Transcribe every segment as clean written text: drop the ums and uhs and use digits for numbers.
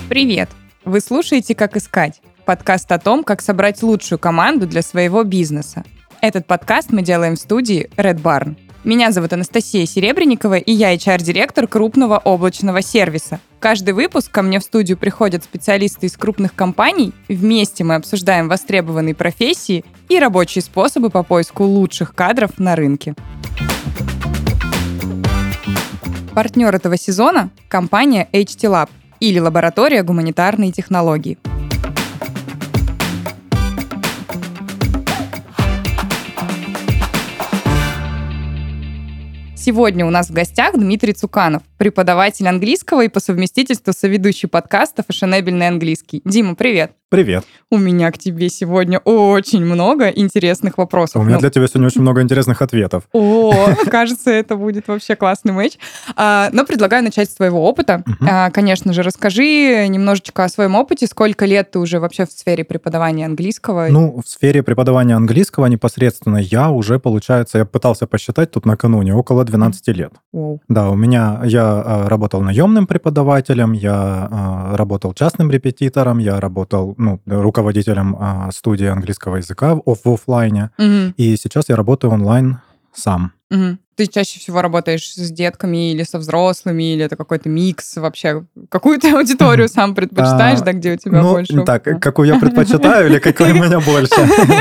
Привет! Вы слушаете «Как искать» – подкаст о том, как собрать лучшую команду для своего бизнеса. Этот подкаст мы делаем в студии Red Barn. Меня зовут Анастасия Серебренникова, и я HR-директор крупного облачного сервиса. Каждый выпуск ко мне в студию приходят специалисты из крупных компаний. Вместе мы обсуждаем востребованные профессии и рабочие способы по поиску лучших кадров на рынке. Партнер этого сезона – компания HT Lab или лаборатория гуманитарной технологии. Сегодня у нас в гостях Дмитрий Цуканов, преподаватель английского и по совместительству соведущий подкаста «Фешенебельный английский». Дима, привет! Привет. У меня к тебе сегодня очень много интересных вопросов. У меня для тебя сегодня очень много интересных ответов. Кажется, это будет вообще классный матч. Но предлагаю начать с твоего опыта. Конечно же, расскажи немножечко о своем опыте. Сколько лет ты уже вообще в сфере преподавания английского? В сфере преподавания английского непосредственно я уже, получается, я пытался посчитать тут накануне, около 12 лет. Да, я работал наемным преподавателем, я работал частным репетитором, я работал руководителем студии английского языка в офлайне. И сейчас я работаю онлайн сам. Ты чаще всего работаешь с детками или со взрослыми, или это какой-то микс вообще? Какую ты аудиторию сам предпочитаешь, где у тебя больше? Так, какую я предпочитаю или какой у меня больше?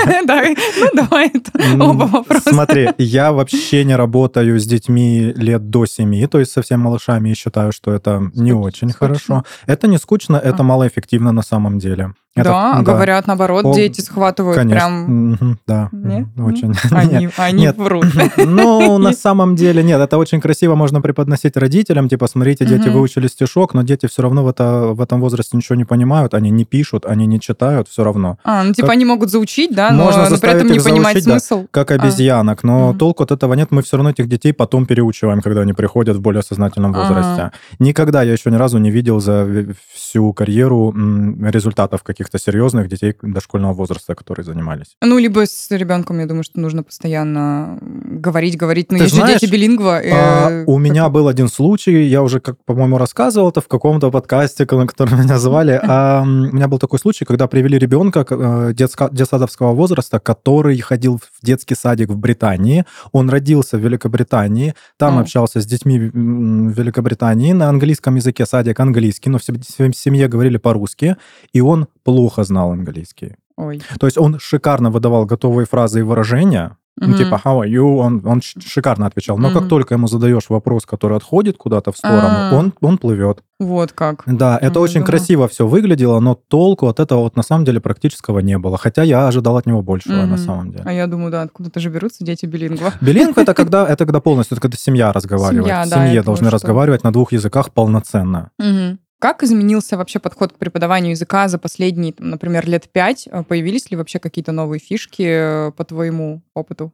Давай оба вопроса. Смотри, я вообще не работаю с детьми лет до 7, то есть со всеми малышами, и считаю, что это не очень хорошо. Это не скучно, это малоэффективно на самом деле. Да, говорят, наоборот, дети схватывают прям... Да, очень. Они врут. На самом деле нет, это очень красиво можно преподносить родителям, типа, смотрите, дети выучили стишок, но дети все равно в этом возрасте ничего не понимают, они не пишут, они не читают все равно. Они могут заучить, да, но при этом не их понимать заучить, смысл. Да, как обезьянок, но толку от этого нет, мы все равно этих детей потом переучиваем, когда они приходят в более сознательном возрасте. Никогда я еще ни разу не видел за всю карьеру результатов каких-то серьезных детей дошкольного возраста, которые занимались. Либо с ребенком, я думаю, что нужно постоянно говорить, но есть же дети билингва. У меня был один случай, я уже, по-моему, рассказывал это в каком-то подкасте, на котором меня звали. У меня был такой случай, когда привели ребенка детсадовского возраста, который ходил в детский садик в Британии. Он родился в Великобритании, там общался с детьми в Великобритании, на английском языке садик английский, но в семье говорили по-русски, и он плохо знал английский. То есть он шикарно выдавал готовые фразы и выражения, типа «How are you?» Он шикарно отвечал. Но как только ему задаешь вопрос, который отходит куда-то в сторону, он плывет. Вот как. Да, это очень красиво все выглядело, но толку от этого на самом деле практического не было. Хотя я ожидал от него большего на самом деле. А я думаю, да, откуда-то же берутся дети билингва. Билингв это когда полностью, это когда семья разговаривает. В семье должны разговаривать на двух языках полноценно. Как изменился вообще подход к преподаванию языка за последние, например, лет 5? Появились ли вообще какие-то новые фишки по твоему опыту?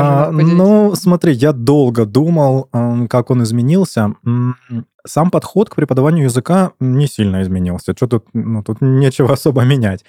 Смотри, я долго думал, как он изменился. Сам подход к преподаванию языка не сильно изменился. Что тут нечего особо менять.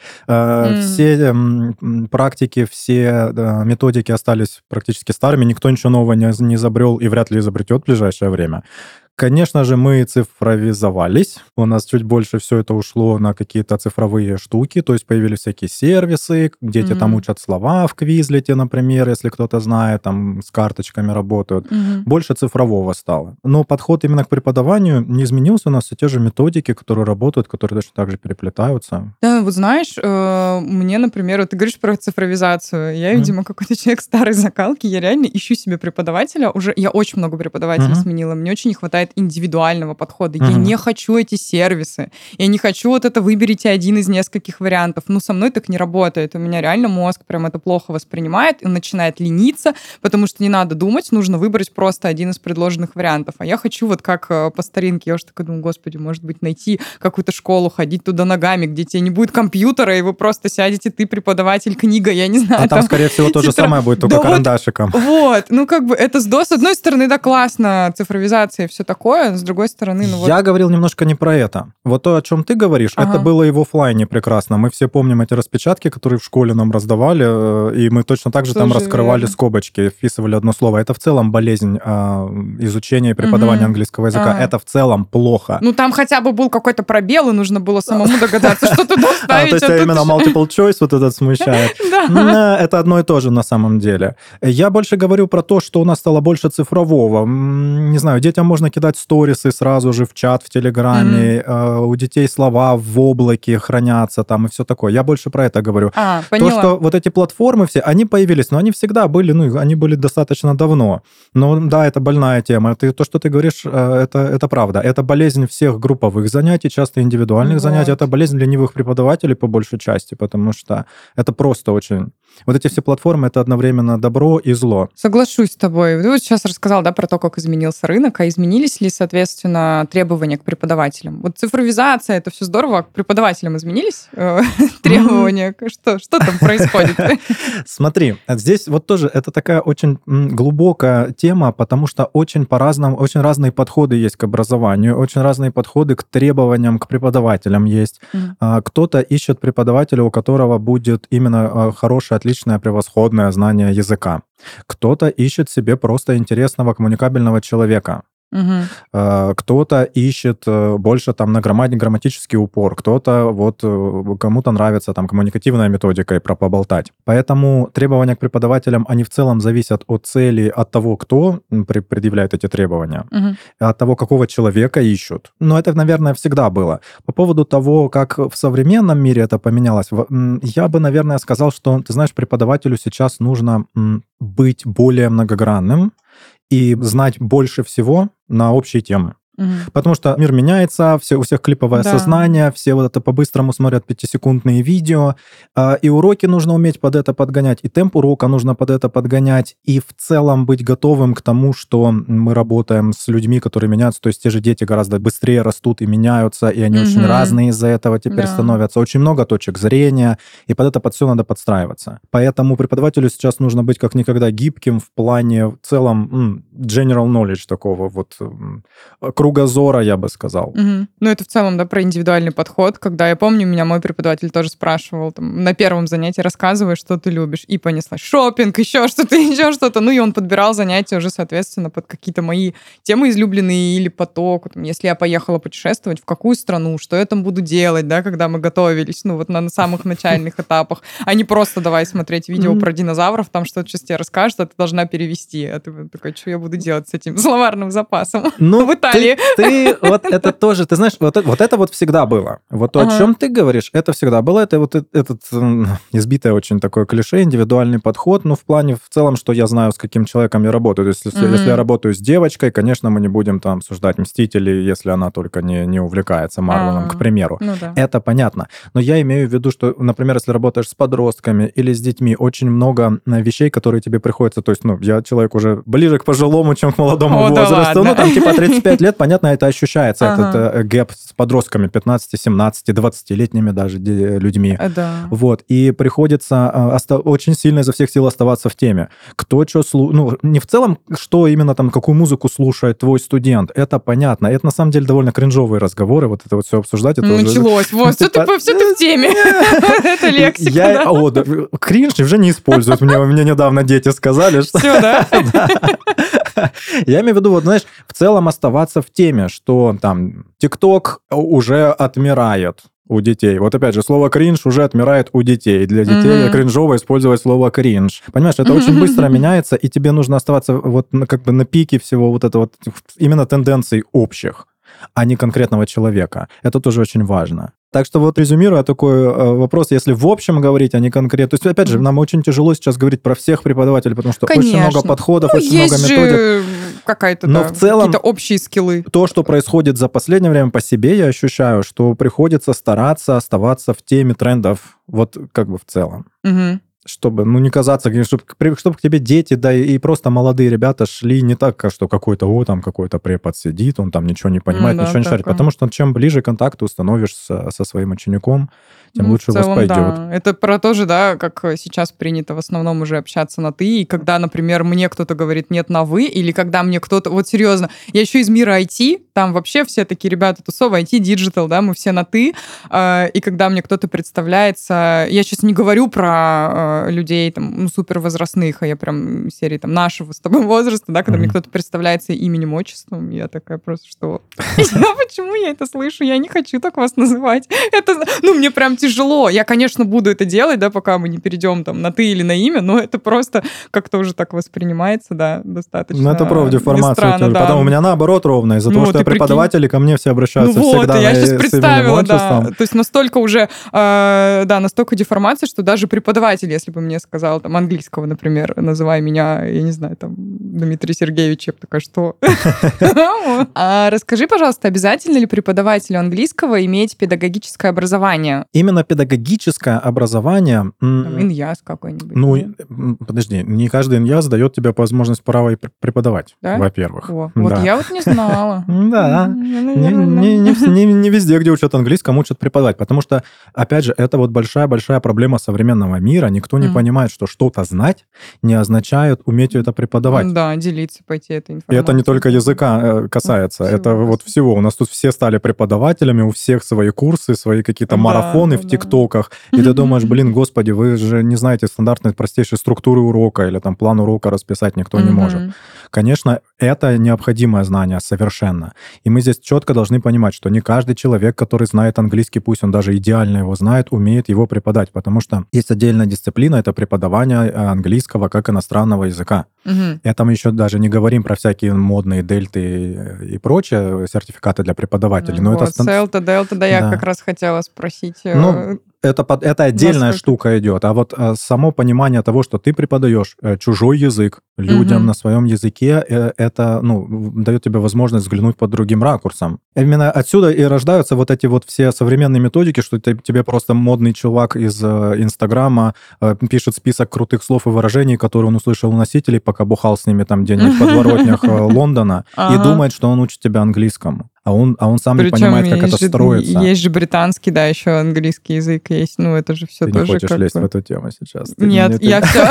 Все практики, все методики остались практически старыми. Никто ничего нового не изобрел и вряд ли изобретет в ближайшее время. Конечно же, мы цифровизовались. У нас чуть больше все это ушло на какие-то цифровые штуки. То есть появились всякие сервисы, дети там учат слова в Quizlet, например, если кто-то знает, там с карточками работают. Больше цифрового стало. Но подход именно к преподаванию не изменился. У нас все те же методики, которые работают, которые точно так же переплетаются. Да, вот знаешь, мне, например, ты говоришь про цифровизацию. Я, видимо, какой-то человек старой закалки. Я реально ищу себе преподавателя. Я очень много преподавателей сменила. Мне очень не хватает индивидуального подхода. Я не хочу эти сервисы. Я не хочу выберите один из нескольких вариантов. Со мной так не работает. У меня реально мозг прям это плохо воспринимает и начинает лениться, потому что не надо думать, нужно выбрать просто один из предложенных вариантов. А я хочу как по старинке. Я уже такая думаю, господи, может быть, найти какую-то школу, ходить туда ногами, где тебе не будет компьютера, и вы просто сядете, ты преподаватель, книга, я не знаю. А там скорее всего, то же самое будет, только карандашиком. Это с одной стороны, да, классно, цифровизация и все такое, такое, с другой стороны... Я говорил немножко не про это. Вот то, о чем ты говоришь, это было и в офлайне прекрасно. Мы все помним эти распечатки, которые в школе нам раздавали, и мы точно так же там раскрывали скобочки, вписывали одно слово. Это в целом болезнь изучения и преподавания английского языка. Это в целом плохо. Ну, там хотя бы был какой-то пробел, и нужно было самому догадаться, что туда вставить. То есть именно multiple choice вот этот смущает. Это одно и то же на самом деле. Я больше говорю про то, что у нас стало больше цифрового. Не знаю, детям можно кидать сторисы сразу же в чат, в Телеграме, у детей слова в облаке хранятся там и все такое. Я больше про это говорю. Поняла. То, что вот эти платформы все, они появились, но они всегда были, они были достаточно давно. Но да, это больная тема. То, что ты говоришь, это правда. Это болезнь всех групповых занятий, часто индивидуальных занятий. Это болезнь ленивых преподавателей по большей части, потому что это просто очень... Вот эти все платформы — это одновременно добро и зло. Соглашусь с тобой. Ты вот сейчас рассказал, да, про то, как изменился рынок, а изменились ли, соответственно, требования к преподавателям? Вот цифровизация, это все здорово, а к преподавателям изменились требования? Что там происходит? Смотри, здесь вот тоже это такая очень глубокая тема, потому что очень по-разному, очень разные подходы есть к образованию, очень разные подходы к требованиям к преподавателям есть. Кто-то ищет преподавателя, у которого будет именно хорошее, отличное, превосходное знание языка. Кто-то ищет себе просто интересного, коммуникабельного человека. Кто-то ищет больше там на грамматический упор, кто-то вот кому-то нравится там коммуникативная методика и про поболтать. Поэтому требования к преподавателям, они в целом зависят от цели, от того, кто предъявляет эти требования, от того, какого человека ищут. Но это, наверное, всегда было. По поводу того, как в современном мире это поменялось, я бы, наверное, сказал, что, ты знаешь, преподавателю сейчас нужно быть более многогранным и знать больше всего на общие темы. Потому что мир меняется, у всех клиповое сознание, все вот это по-быстрому смотрят 5-секундные видео, и уроки нужно уметь под это подгонять, и темп урока нужно под это подгонять, и в целом быть готовым к тому, что мы работаем с людьми, которые меняются, то есть те же дети гораздо быстрее растут и меняются, и они очень разные из-за этого теперь становятся. Очень много точек зрения, и под это под все надо подстраиваться. Поэтому преподавателю сейчас нужно быть как никогда гибким в плане в целом general knowledge такого вот кругозора, я бы сказал. Ну, это в целом, да, про индивидуальный подход. Когда я помню, меня мой преподаватель тоже спрашивал, там, на первом занятии рассказывай, что ты любишь. И понеслась шопинг, еще что-то. Ну, и он подбирал занятия уже, соответственно, под какие-то мои темы излюбленные или поток. Там, если я поехала путешествовать, в какую страну, что я там буду делать, да, когда мы готовились, ну, вот на самых начальных этапах. А не просто давай смотреть видео про динозавров, там что-то сейчас тебе расскажут, а ты должна перевести. А ты такой, что я буду делать с этим словарным запасом в Италии? Ты вот это тоже, ты знаешь, вот это вот всегда было. Вот то, о чем ты говоришь, это всегда было. Это вот этот избитое очень такое клише, индивидуальный подход, ну, в плане в целом, что я знаю, с каким человеком я работаю. То есть, если я работаю с девочкой, конечно, мы не будем там обсуждать «Мстителей», если она только не увлекается Марвелом, к примеру. Ну, да. Это понятно. Но я имею в виду, что, например, если работаешь с подростками или с детьми, очень много вещей, которые тебе приходится... То есть, ну, я человек уже ближе к пожилому, чем к молодому возрасту. Ну, там, типа, 35 лет, понятно, это ощущается, этот гэп с подростками 15, 17, 20-летними даже людьми. Да. Вот. И приходится очень сильно изо всех сил оставаться в теме. Кто что слушает... Ну, не в целом, что именно там, какую музыку слушает твой студент, это понятно. Это, на самом деле, довольно кринжовые разговоры, вот это вот все обсуждать. Началось. Вот, все ты в теме. Это лексика. Кринж уже не используют. Мне недавно дети сказали, что... Все, да? Я имею в виду, вот, знаешь, в целом оставаться в теме, что там ТикТок уже отмирает у детей. Вот опять же, слово «кринж» уже отмирает у детей. Для детей кринжово использовать слово «кринж». Понимаешь, это очень быстро меняется, и тебе нужно оставаться вот как бы на пике всего вот этого, вот, именно тенденций общих, а не конкретного человека. Это тоже очень важно. Так что вот резюмируя такой вопрос, если в общем говорить, а не конкретно. То есть, опять же, нам очень тяжело сейчас говорить про всех преподавателей, потому что очень много подходов, очень много методик. Есть какая-то, но в целом, какие-то общие скиллы. То, что происходит за последнее время по себе, я ощущаю, что приходится стараться оставаться в теме трендов, вот как бы в целом. Чтобы, ну, не казаться, чтобы к тебе дети, да, и просто молодые ребята шли не так, что какой-то, там какой-то препод сидит, он там ничего не понимает, ничего не шарит. Потому что чем ближе контакт ты установишь со своим учеником, тем лучше у вас пойдет. Да. Это про то же, да, как сейчас принято в основном уже общаться на «ты», и когда, например, мне кто-то говорит «нет» на «вы», или когда мне кто-то... Вот серьезно, я еще из мира IT, там вообще все такие ребята тусовые, IT, диджитал, да, мы все на «ты», и когда мне кто-то представляется... Я сейчас не говорю про людей там, супервозрастных, а я прям серии там нашего с тобой возраста, да, когда мне кто-то представляется именем, отчеством, я такая просто, что... Почему я это слышу? Я не хочу так вас называть. Это, мне прям тяжело. Я, конечно, буду это делать, да, пока мы не перейдем там на «ты» или на имя, но это просто как-то уже так воспринимается, да, достаточно. Ну, это профдеформация. Странно, да. Потом у меня наоборот ровно. Из-за того, что я преподаватели, ко мне все обращаются всегда я сейчас с представила, да. То есть настолько уже, настолько деформация, что даже преподаватель, если бы мне сказал там английского, например, называй меня, я не знаю, там, Дмитрий Сергеевич, я бы такая, что? Расскажи, пожалуйста, обязательно ли преподавателю английского иметь педагогическое образование? Именно педагогическое образование... Иньяз какой-нибудь. Подожди, не каждый иньяз дает тебе возможность права преподавать, во-первых. Вот я вот не знала. Да. Не везде, где учат английскому, учат преподавать. Потому что, опять же, это вот большая-большая проблема современного мира. Никто не понимает, что что-то знать не означает уметь это преподавать. Да, делиться, пойти этой информацией. И это не только языка касается. Это вот всего. У нас тут все стали преподавателями, у всех свои курсы, свои какие-то марафоны в ТикТоках. И ты думаешь, господи, вы же не знаете стандартной простейшей структуры урока или там план урока расписать никто не может. Конечно, это необходимое знание совершенно. И мы здесь четко должны понимать, что не каждый человек, который знает английский, пусть он даже идеально его знает, умеет его преподать, потому что есть отдельная дисциплина, это преподавание английского как иностранного языка. Это мы еще даже не говорим про всякие модные дельты и прочие сертификаты для преподавателей. Но это Селта, Делта, да, я как раз хотела спросить... Это отдельная штука идет. А вот само понимание того, что ты преподаешь чужой язык людям на своем языке, это дает тебе возможность взглянуть под другим ракурсом. Именно отсюда и рождаются вот эти вот все современные методики, что тебе просто модный чувак из Инстаграма пишет список крутых слов и выражений, которые он услышал у носителей, пока бухал с ними там где-нибудь в подворотнях Лондона, и думает, что он учит тебя английскому. А он сам не понимает, как это строится. Есть же британский, да, еще английский язык есть. Это же все ты тоже... Ты не хочешь лезть в эту тему сейчас? Нет, я все...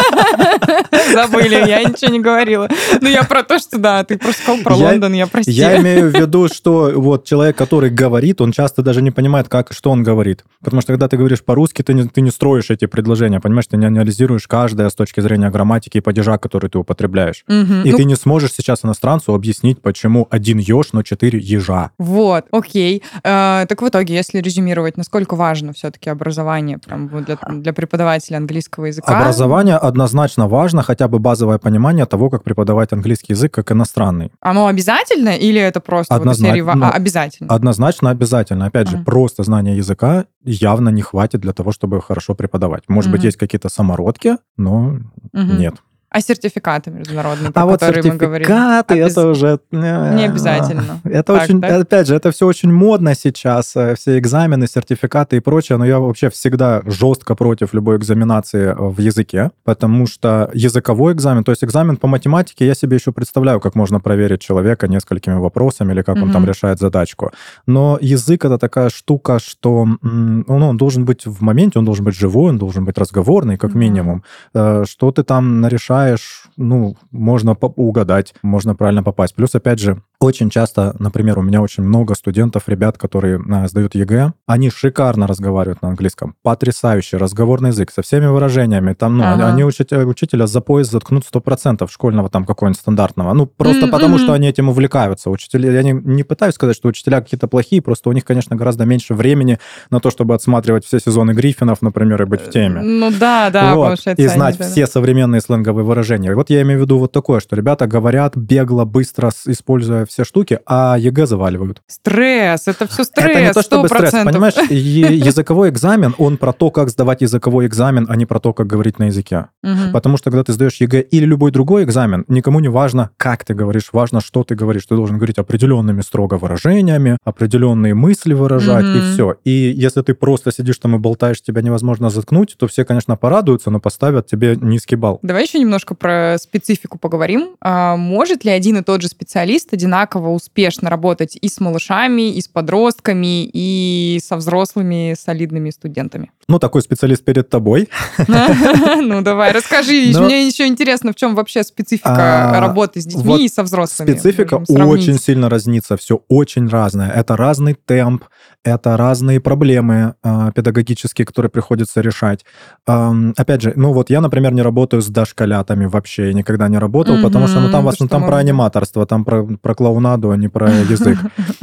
Забыли, я ничего не говорила. Я про то, что да, ты просто сказал про Лондон, я прости. Я имею в виду, что вот человек, который говорит, он часто даже не понимает, что он говорит. Потому что когда ты говоришь по-русски, ты не строишь эти предложения, понимаешь? Ты не анализируешь каждое с точки зрения грамматики и падежа, который ты употребляешь. И ты не сможешь сейчас иностранцу объяснить, почему один еж, но 4 ежа. Вот, окей. Так в итоге, если резюмировать, насколько важно все-таки образование прям для преподавателя английского языка? Образование однозначно важно, хотя бы базовое понимание того, как преподавать английский язык как иностранный. Оно обязательно или это просто обязательно? Однозначно обязательно. Опять же, просто знание языка явно не хватит для того, чтобы хорошо преподавать. Может быть, есть какие-то самородки, но нет. А сертификаты международные, про которые мы говорим? А вот сертификаты, это уже... Не обязательно. Это очень, опять же, это все очень модно сейчас, все экзамены, сертификаты и прочее, но я вообще всегда жестко против любой экзаменации в языке, потому что языковой экзамен, то есть экзамен по математике, я себе еще представляю, как можно проверить человека несколькими вопросами или как он там решает задачку. Но язык — это такая штука, что он должен быть в моменте, он должен быть живой, он должен быть разговорный, как минимум. Что ты там нарешаешь, можно угадать, можно правильно попасть. Плюс, опять же, очень часто, например, у меня очень много студентов, ребят, которые сдают ЕГЭ, они шикарно разговаривают на английском, потрясающий разговорный язык, со всеми выражениями. Там, они учителя за пояс заткнут 100% школьного там какого-нибудь стандартного. Просто потому, что они этим увлекаются. Учителя, я не пытаюсь сказать, что учителя какие-то плохие, просто у них, конечно, гораздо меньше времени на то, чтобы отсматривать все сезоны Гриффинов, например, и быть в теме. Получается. И знать все современные сленговые выражения. И вот я имею в виду вот такое, что ребята говорят бегло, быстро, используя все штуки, а ЕГЭ заваливают. Стресс, это все стресс, это не то, чтобы 100%. Стресс, понимаешь, языковой экзамен, он про то, как сдавать языковой экзамен, а не про то, как говорить на языке. Потому что, когда ты сдаешь ЕГЭ или любой другой экзамен, никому не важно, как ты говоришь, важно, что ты говоришь. Ты должен говорить определенными строго выражениями, определенные мысли выражать, и все. И если ты просто сидишь там и болтаешь, тебя невозможно заткнуть, то все, конечно, порадуются, но поставят тебе низкий балл. Давай еще немножко про специфику поговорим. Может ли один и тот же специалист одинаково одинаково успешно работать и с малышами, и с подростками, и со взрослыми солидными студентами? Ну, такой специалист перед тобой. Ну, давай, расскажи. Мне еще интересно, в чем вообще специфика работы с детьми и со взрослыми. Специфика очень сильно разнится, все очень разное. Это разный темп, это разные проблемы педагогические, которые приходится решать. Опять же, ну вот я, например, не работаю с дошколятами вообще, я никогда не работал, потому что там про аниматорство, там про клоунаду, а не про язык.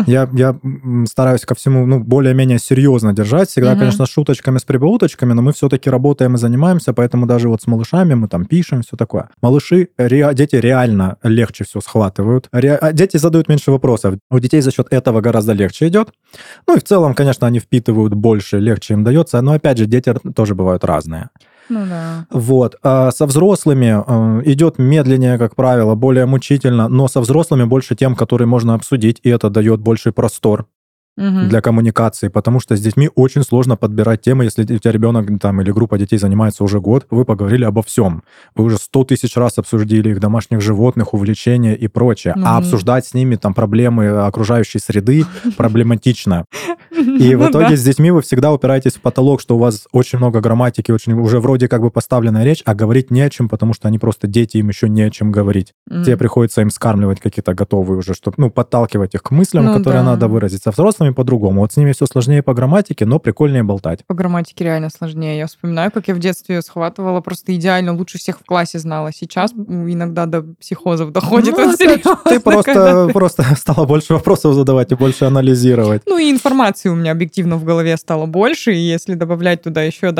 Я стараюсь ко всему более-менее серьезно держать, всегда, конечно, с шуточками, с прибауточками, но мы все-таки работаем и занимаемся, поэтому даже вот с малышами мы там пишем, все такое. Малыши, дети реально легче все схватывают. Дети задают меньше вопросов. У детей за счет этого гораздо легче идет. Ну и в целом, конечно, они впитывают больше, легче им дается. Но опять же, дети тоже бывают разные. Ну да. Вот. А со взрослыми идет медленнее, как правило, более мучительно, но со взрослыми больше тем, которые можно обсудить, и это дает больший простор для коммуникации, потому что с детьми очень сложно подбирать темы, если у тебя ребенок там или группа детей занимается уже год, вы поговорили обо всем. Вы уже 100 тысяч раз обсудили их домашних животных, увлечения и прочее. А обсуждать с ними там проблемы окружающей среды проблематично. И в итоге с детьми вы всегда упираетесь в потолок, что у вас очень много грамматики, очень уже вроде как бы поставленная речь, а говорить не о чем, потому что они просто дети, им еще не о чем говорить. Тебе приходится им скармливать какие-то готовые уже, чтобы подталкивать их к мыслям, которые надо выразить. Со взрослыми по-другому. Вот с ними все сложнее по грамматике, но прикольнее болтать. По грамматике реально сложнее. Я вспоминаю, как я в детстве ее схватывала просто идеально, лучше всех в классе знала. Сейчас иногда до психозов доходит. Ты просто стала больше вопросов задавать и больше анализировать. Ну и информации у меня объективно в голове стало больше, и если добавлять туда еще,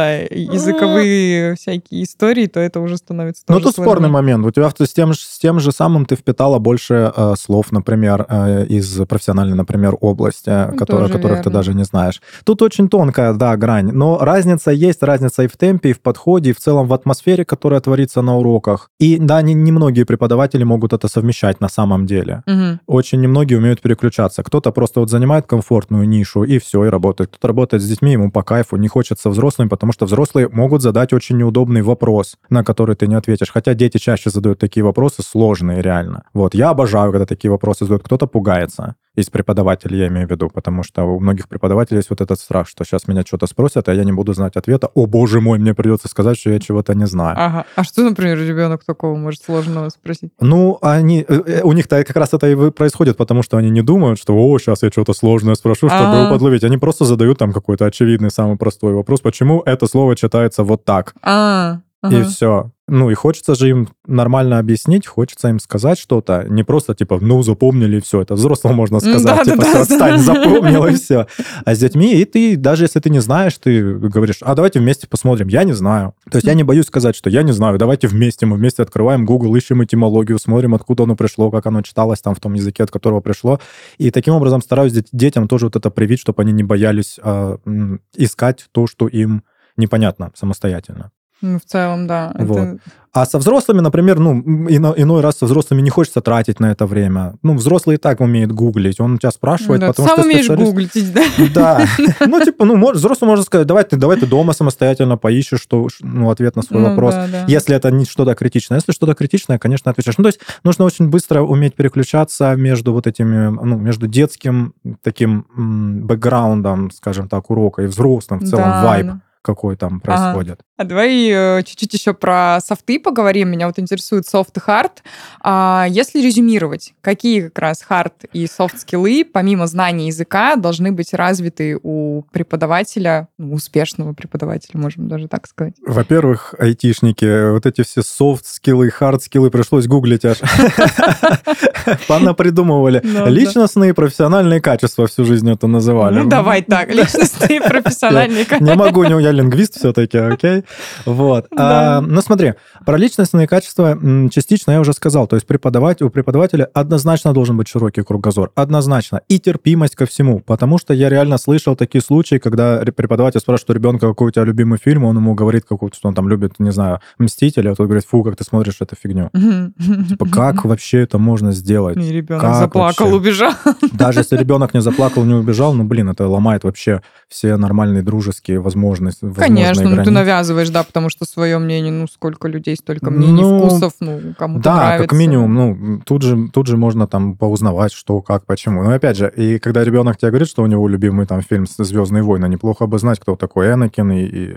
языковые всякие истории, то это уже становится тоже тут спорный момент. У тебя с тем же самым ты впитала больше слов, например, из профессиональной, например, области, которых ты даже не знаешь. Тут очень тонкая, грань. Но разница есть, разница и в темпе, и в подходе, и в целом в атмосфере, которая творится на уроках. И немногие преподаватели могут это совмещать на самом деле. Очень немногие умеют переключаться. Кто-то просто занимает комфортную нишу, и все, и работает. Кто-то работает с детьми, ему по кайфу, не хочется взрослым, потому что взрослые могут задать очень неудобный вопрос, на который ты не ответишь. Хотя дети чаще задают такие вопросы сложные, реально. Вот, я обожаю, когда такие вопросы задают. Кто-то пугается. Из преподавателей, я имею в виду, потому что у многих преподавателей есть вот этот страх, что сейчас меня что-то спросят, а я не буду знать ответа. О, боже мой, мне придется сказать, что я чего-то не знаю. Ага. А что, например, ребенок такого может сложного спросить? Ну, у них-то как раз это и происходит, потому что они не думают, что, сейчас я что-то сложное спрошу, чтобы его подловить. Они просто задают там какой-то очевидный, самый простой вопрос, почему это слово читается вот так. И все. И хочется же им нормально объяснить, хочется им сказать что-то, не просто запомнили, и все. Это взрослому можно сказать, отстань, запомнил, и все. А с детьми, и ты, даже если ты не знаешь, ты говоришь, давайте вместе посмотрим, я не знаю. То есть я не боюсь сказать, что я не знаю, давайте вместе, мы вместе открываем Google, ищем этимологию, смотрим, откуда оно пришло, как оно читалось там в том языке, от которого пришло. И таким образом стараюсь детям тоже вот это привить, чтобы они не боялись искать то, что им непонятно самостоятельно. В целом, да. Вот. А со взрослыми, например, иной раз со взрослыми не хочется тратить на это время. Взрослый и так умеет гуглить. Он тебя спрашивает, потому что специалист... Сам умеешь гуглить, да? Да. Взрослый может сказать, давай ты дома самостоятельно поищешь ответ на свой вопрос. Да. Если это не что-то критичное. Если что-то критичное, конечно, отвечаешь. То есть нужно очень быстро уметь переключаться между между детским таким бэкграундом, скажем так, урока и взрослым в целом вайб. Какой там происходит. А давай чуть-чуть еще про софты поговорим. Меня вот интересует софт и хард. Если резюмировать, какие как раз хард и софт-скиллы, помимо знаний языка, должны быть развиты у преподавателя, успешного преподавателя, можем даже так сказать? Во-первых, айтишники, вот эти все софт-скиллы, хард-скиллы пришлось гуглить аж. Понапридумывали. Личностные и профессиональные качества всю жизнь это называли. Давай так, личностные и профессиональные качества. Не могу, я лингвист все-таки, окей? Вот. Смотри, про личностные качества частично я уже сказал. То есть у преподавателя однозначно должен быть широкий кругозор. Однозначно. И терпимость ко всему. Потому что я реально слышал такие случаи, когда преподаватель спрашивает у ребенка, какой у тебя любимый фильм, он ему говорит, что он там любит, не знаю, «Мстителя», а тот говорит, фу, как ты смотришь эту фигню. Как вообще это можно сделать? И ребенок заплакал, убежал. Даже если ребенок не заплакал, не убежал, это ломает вообще все нормальные дружеские возможности возможные Конечно, границы. ты навязываешь, да, потому что свое мнение, сколько людей, столько мнений, вкусов, кому-то нравится. Да, как минимум, тут же можно там поузнавать, что, как, почему. Но опять же, и когда ребенок тебе говорит, что у него любимый там фильм «Звездные войны», неплохо бы знать, кто такой Энакин и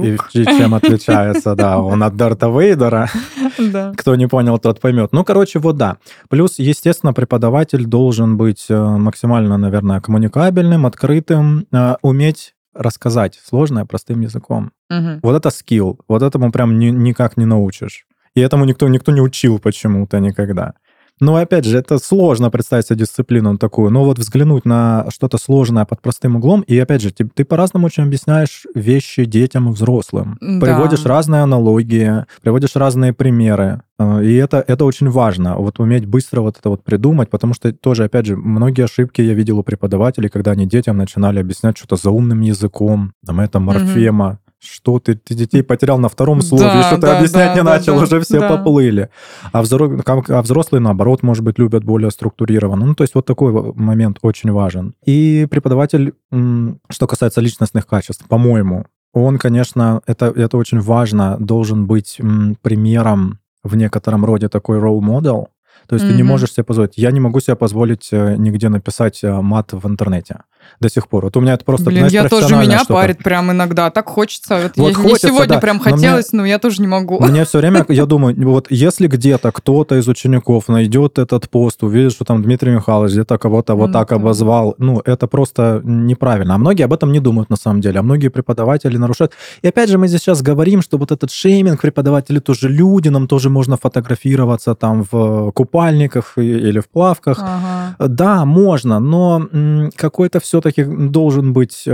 чем отличается, да, он от Дарта Вейдера. Кто не понял, тот поймет. Да. Плюс, естественно, преподаватель должен быть максимально, наверное, коммуникабельным, открытым, уметь рассказать сложное простым языком. Вот это скилл, вот этому прям никак не научишь. И этому никто не учил почему-то никогда. Но, опять же, это сложно представить себе дисциплину такую. Но вот взглянуть на что-то сложное под простым углом, и, опять же, ты по-разному очень объясняешь вещи детям и взрослым. Да. Приводишь разные аналогии, приводишь разные примеры. И это очень важно, вот уметь быстро вот это вот придумать, потому что тоже, опять же, многие ошибки я видел у преподавателей, когда они детям начинали объяснять что-то заумным языком, там это морфема, что ты детей потерял на втором слове, что ты объяснять не начал, уже все поплыли. А взрослые, наоборот, может быть, любят более структурированно. То есть вот такой момент очень важен. И преподаватель, что касается личностных качеств, по-моему, он, конечно, это очень важно, должен быть примером в некотором роде такой role model. То есть ты не можешь себе позволить. Я не могу себе позволить нигде написать мат в интернете до сих пор. Вот у меня это просто, я тоже, меня парит прям иногда. Так хочется. Вот хочется, сегодня прям хотелось, но я тоже не могу. Мне все время, я думаю, вот если где-то кто-то из учеников найдет этот пост, увидит, что там Дмитрий Михайлович где-то кого-то вот так обозвал, это просто неправильно. А многие об этом не думают на самом деле. А многие преподаватели нарушают. И опять же, мы здесь сейчас говорим, что вот этот шейминг, преподаватели тоже люди, нам тоже можно фотографироваться там в купальниках или в плавках. Да, можно, но какой-то все-таки должен быть...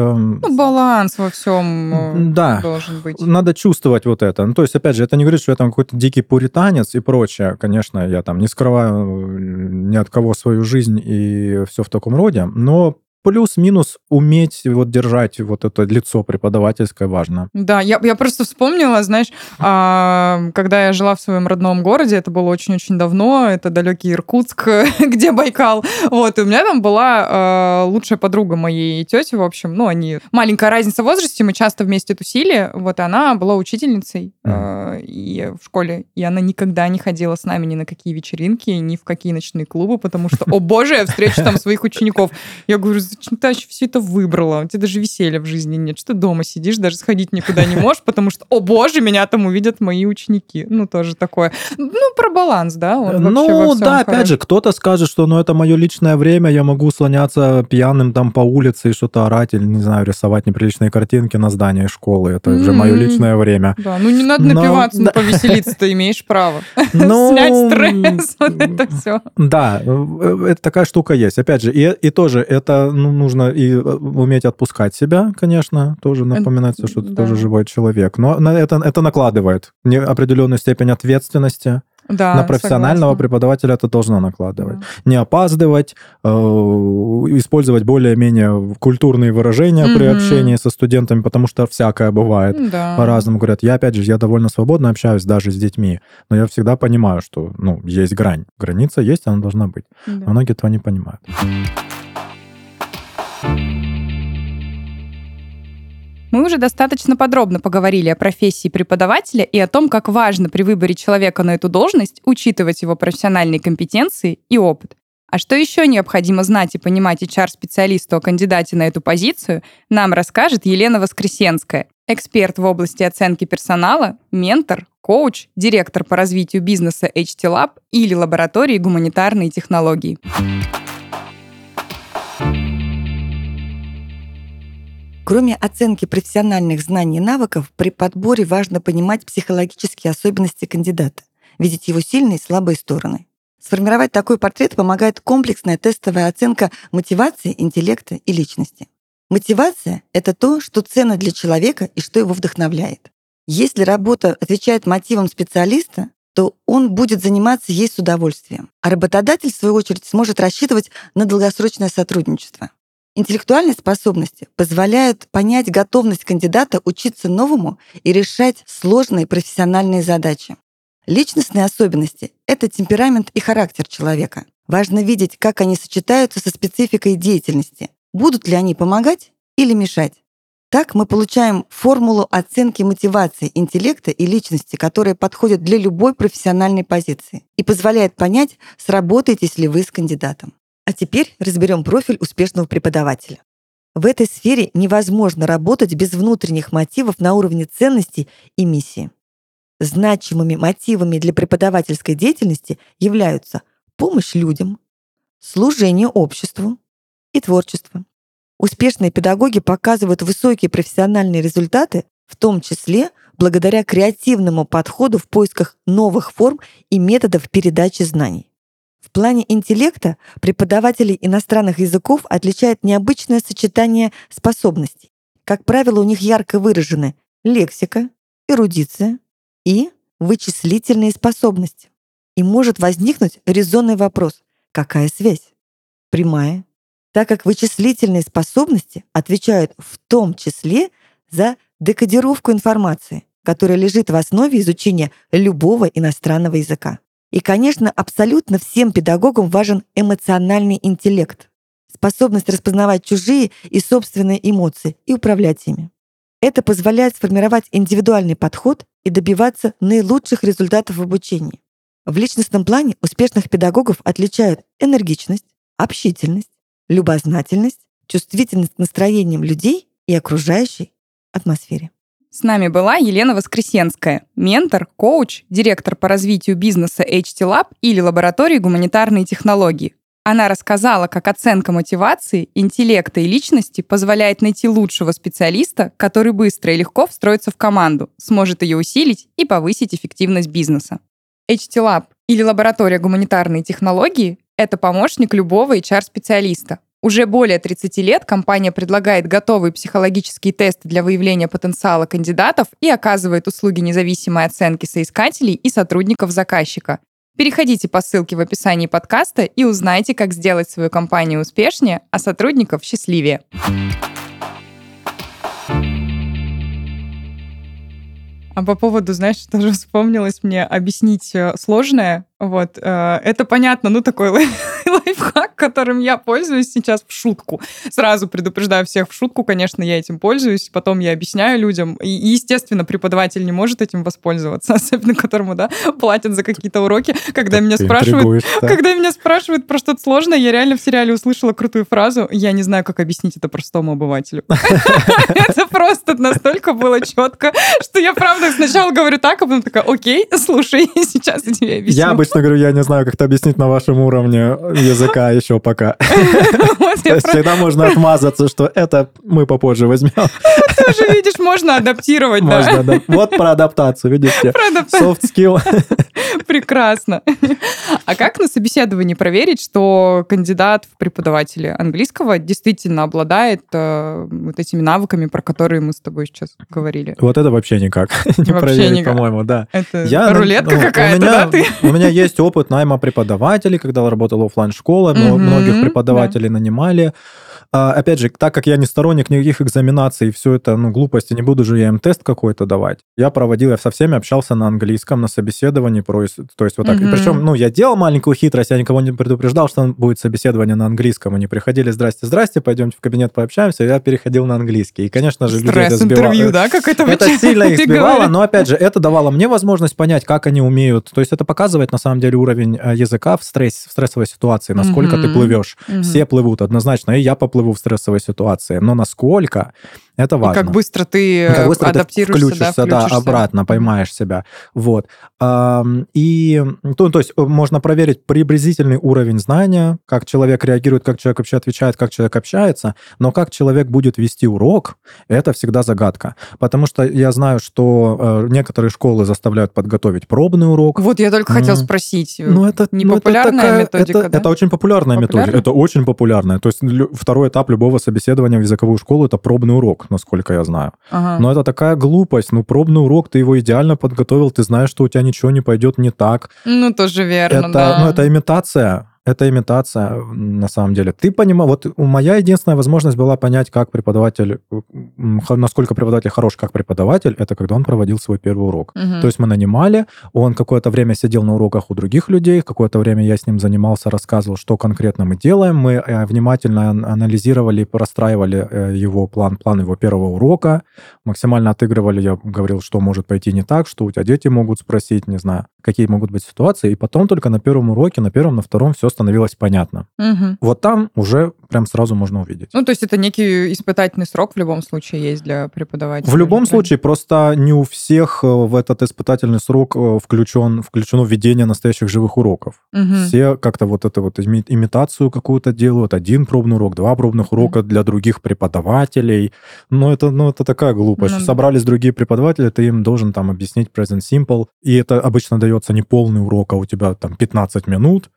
баланс во всем должен быть. Надо чувствовать вот это. То есть, опять же, это не говорит, что я там какой-то дикий пуританец и прочее. Конечно, я там не скрываю ни от кого свою жизнь и все в таком роде, но плюс-минус уметь вот держать вот это лицо преподавательское важно. Да, я просто вспомнила, знаешь, когда я жила в своем родном городе, это было очень-очень давно, это далекий Иркутск, где Байкал, вот, и у меня там была лучшая подруга моей тети, в общем, они... Маленькая разница в возрасте, мы часто вместе тусили, вот, и она была учительницей и в школе, и она никогда не ходила с нами ни на какие вечеринки, ни в какие ночные клубы, потому что, о боже, я встречу там своих учеников. Я говорю, зачем ты вообще все это выбрала? У тебя даже веселья в жизни нет. Что ты дома сидишь, даже сходить никуда не можешь, потому что, о боже, меня там увидят мои ученики. Тоже такое. Про баланс, да? Опять же, кто-то скажет, что это мое личное время, я могу слоняться пьяным там по улице и что-то орать, или, не знаю, рисовать неприличные картинки на здании школы. Это уже мое личное время. Да, не надо напиваться, повеселиться, ты имеешь право. Снять стресс, вот это все. Да, это такая штука есть. Опять же, и тоже это нужно и уметь отпускать себя, конечно, тоже напоминать, что ты тоже живой человек. Но это накладывает определенную степень ответственности. Да, на профессионального преподавателя это должно накладывать. Да. Не опаздывать, использовать более-менее культурные выражения при общении со студентами, потому что всякое бывает. Да. По-разному говорят. Я довольно свободно общаюсь даже с детьми, но я всегда понимаю, что есть грань. Граница есть, она должна быть. Да. А многие этого не понимают. Мы уже достаточно подробно поговорили о профессии преподавателя и о том, как важно при выборе человека на эту должность учитывать его профессиональные компетенции и опыт. А что еще необходимо знать и понимать HR-специалисту о кандидате на эту позицию, нам расскажет Елена Воскресенская, эксперт в области оценки персонала, ментор, коуч, директор по развитию бизнеса HT Lab или лаборатории гуманитарной технологии. Кроме оценки профессиональных знаний и навыков, при подборе важно понимать психологические особенности кандидата, видеть его сильные и слабые стороны. Сформировать такой портрет помогает комплексная тестовая оценка мотивации, интеллекта и личности. Мотивация — это то, что ценно для человека и что его вдохновляет. Если работа отвечает мотивам специалиста, то он будет заниматься ей с удовольствием, а работодатель, в свою очередь, сможет рассчитывать на долгосрочное сотрудничество. Интеллектуальные способности позволяют понять готовность кандидата учиться новому и решать сложные профессиональные задачи. Личностные особенности — это темперамент и характер человека. Важно видеть, как они сочетаются со спецификой деятельности. Будут ли они помогать или мешать? Так мы получаем формулу оценки мотивации, интеллекта и личности, которая подходит для любой профессиональной позиции и позволяет понять, сработаетесь ли вы с кандидатом. А теперь разберем профиль успешного преподавателя. В этой сфере невозможно работать без внутренних мотивов на уровне ценностей и миссии. Значимыми мотивами для преподавательской деятельности являются помощь людям, служение обществу и творчество. Успешные педагоги показывают высокие профессиональные результаты, в том числе благодаря креативному подходу в поисках новых форм и методов передачи знаний. В плане интеллекта преподавателей иностранных языков отличает необычное сочетание способностей. Как правило, у них ярко выражены лексика, эрудиция и вычислительные способности. И может возникнуть резонный вопрос: какая связь? Прямая, так как вычислительные способности отвечают в том числе за декодировку информации, которая лежит в основе изучения любого иностранного языка. И, конечно, абсолютно всем педагогам важен эмоциональный интеллект, способность распознавать чужие и собственные эмоции и управлять ими. Это позволяет сформировать индивидуальный подход и добиваться наилучших результатов в обучении. В личностном плане успешных педагогов отличают энергичность, общительность, любознательность, чувствительность к настроениям людей и окружающей атмосфере. С нами была Елена Воскресенская, ментор, коуч, директор по развитию бизнеса HT Lab или лаборатории гуманитарной технологии. Она рассказала, как оценка мотивации, интеллекта и личности позволяет найти лучшего специалиста, который быстро и легко встроится в команду, сможет ее усилить и повысить эффективность бизнеса. HT Lab или лаборатория гуманитарной технологии — это помощник любого HR-специалиста. Уже более 30 лет компания предлагает готовые психологические тесты для выявления потенциала кандидатов и оказывает услуги независимой оценки соискателей и сотрудников заказчика. Переходите по ссылке в описании подкаста и узнайте, как сделать свою компанию успешнее, а сотрудников счастливее. А по поводу, знаешь, тоже вспомнилось мне объяснить сложное. Вот, это понятно, такой лайфхак, которым я пользуюсь сейчас в шутку. Сразу предупреждаю всех в шутку, конечно, я этим пользуюсь, потом я объясняю людям. И, естественно, преподаватель не может этим воспользоваться, особенно которому, платят за какие-то уроки. Когда меня спрашивают про что-то сложное, я реально в сериале услышала крутую фразу: я не знаю, как объяснить это простому обывателю. Это просто настолько было четко, что я, правда, сначала говорю так, а потом такая: окей, слушай, сейчас я тебе объясню. Я обычно говорю: я не знаю, как это объяснить на вашем уровне языка еще пока. То есть всегда можно отмазаться, что это мы попозже возьмем. Тоже, видишь, можно адаптировать, да? Можно, да. Вот про адаптацию, видите? Soft skill. Прекрасно. А как на собеседовании проверить, что кандидат в преподаватели английского действительно обладает вот этими навыками, про которые мы с тобой сейчас говорили? Вот это вообще никак не проверить, по-моему, да. Это рулетка какая-то, да, ты? У меня есть опыт найма преподавателей, когда я работал в офлайн-школе, многих преподавателей нанимали. Опять же, так как я не сторонник никаких экзаменаций, все это, глупости, не буду же я им тест какой-то давать. Я со всеми общался на английском, на собеседовании, то есть вот так. И причем, я делал маленькую хитрость, я никого не предупреждал, что будет собеседование на английском. Они приходили: здрасте, пойдемте в кабинет пообщаемся, я переходил на английский. И, конечно же, людей это сбивало. Стресс-интервью, да, как это сильно их сбивало, но, опять же, это давало мне возможность понять, как они умеют. То есть это показывает, на самом деле, уровень языка в стрессовой ситуации, насколько ты плывешь. Все плывут однозначно, и я поплыву в стрессовой ситуации. Но насколько, это важно. И как быстро ты адаптируешься, включишься, обратно поймаешь себя. Вот. И, то есть можно проверить приблизительный уровень знания, как человек реагирует, как человек вообще отвечает, как человек общается, но как человек будет вести урок, это всегда загадка. Потому что я знаю, что некоторые школы заставляют подготовить пробный урок. Вот я только хотела спросить. Это не популярная методика, да? Это очень популярная методика. Это очень популярная. То есть второй этап любого собеседования в языковую школу — это пробный урок, насколько я знаю. Но это такая глупость. Пробный урок, ты его идеально подготовил, ты знаешь, что у тебя ничего не пойдет не так. Тоже верно, да. Это имитация. Это имитация, на самом деле. Ты понимаешь, вот моя единственная возможность была понять, как преподаватель, насколько преподаватель хорош как преподаватель, это когда он проводил свой первый урок. То есть мы нанимали, он какое-то время сидел на уроках у других людей, какое-то время я с ним занимался, рассказывал, что конкретно мы делаем. Мы внимательно анализировали, простраивали его план его первого урока, максимально отыгрывали, я говорил, что может пойти не так, что у тебя дети могут спросить, не знаю, какие могут быть ситуации, и потом только на первом уроке, на первом, на втором все становилось понятно. Вот там уже прям сразу можно увидеть. Ну, то есть это некий испытательный срок в любом случае есть для преподавателя? В любом случае, просто не у всех в этот испытательный срок включено введение настоящих живых уроков. Все как-то вот это вот имитацию какую-то делают, 1 пробный урок, 2 пробных урока для других преподавателей. Но это такая глупость. Собрались другие преподаватели, ты им должен там объяснить present simple, и это обычно дается не полный урок, а у тебя там 15 минут.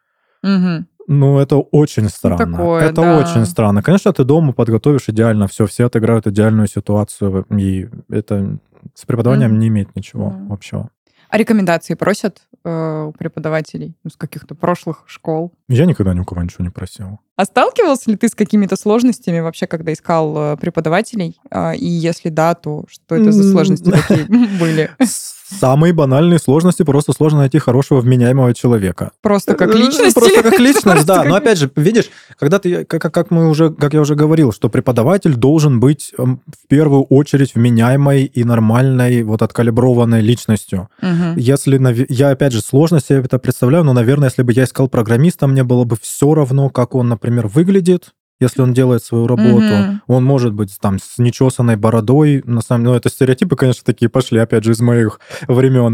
Ну, это очень странно. Это очень странно. Конечно, ты дома подготовишь идеально все отыграют идеальную ситуацию, и это с преподаванием не имеет ничего общего. А рекомендации просят у преподавателей с каких-то прошлых школ? Я никогда ни у кого ничего не просил. А сталкивался ли ты с какими-то сложностями вообще, когда искал преподавателей? И если да, то что это за сложности такие были? Самые банальные сложности, просто сложно найти хорошего вменяемого человека. Просто как личность? Просто как личность, да. Но опять же, видишь, когда ты, как я уже говорил, что преподаватель должен быть в первую очередь вменяемой и нормальной, вот откалиброванной личностью. Если, я опять же, сложности это представляю, но, наверное, если бы я искал программиста, мне было бы все равно, как он, например, выглядит. Если он делает свою работу, он может быть там с нечесанной бородой. На самом деле, это стереотипы, конечно, такие пошли, опять же, из моих времен.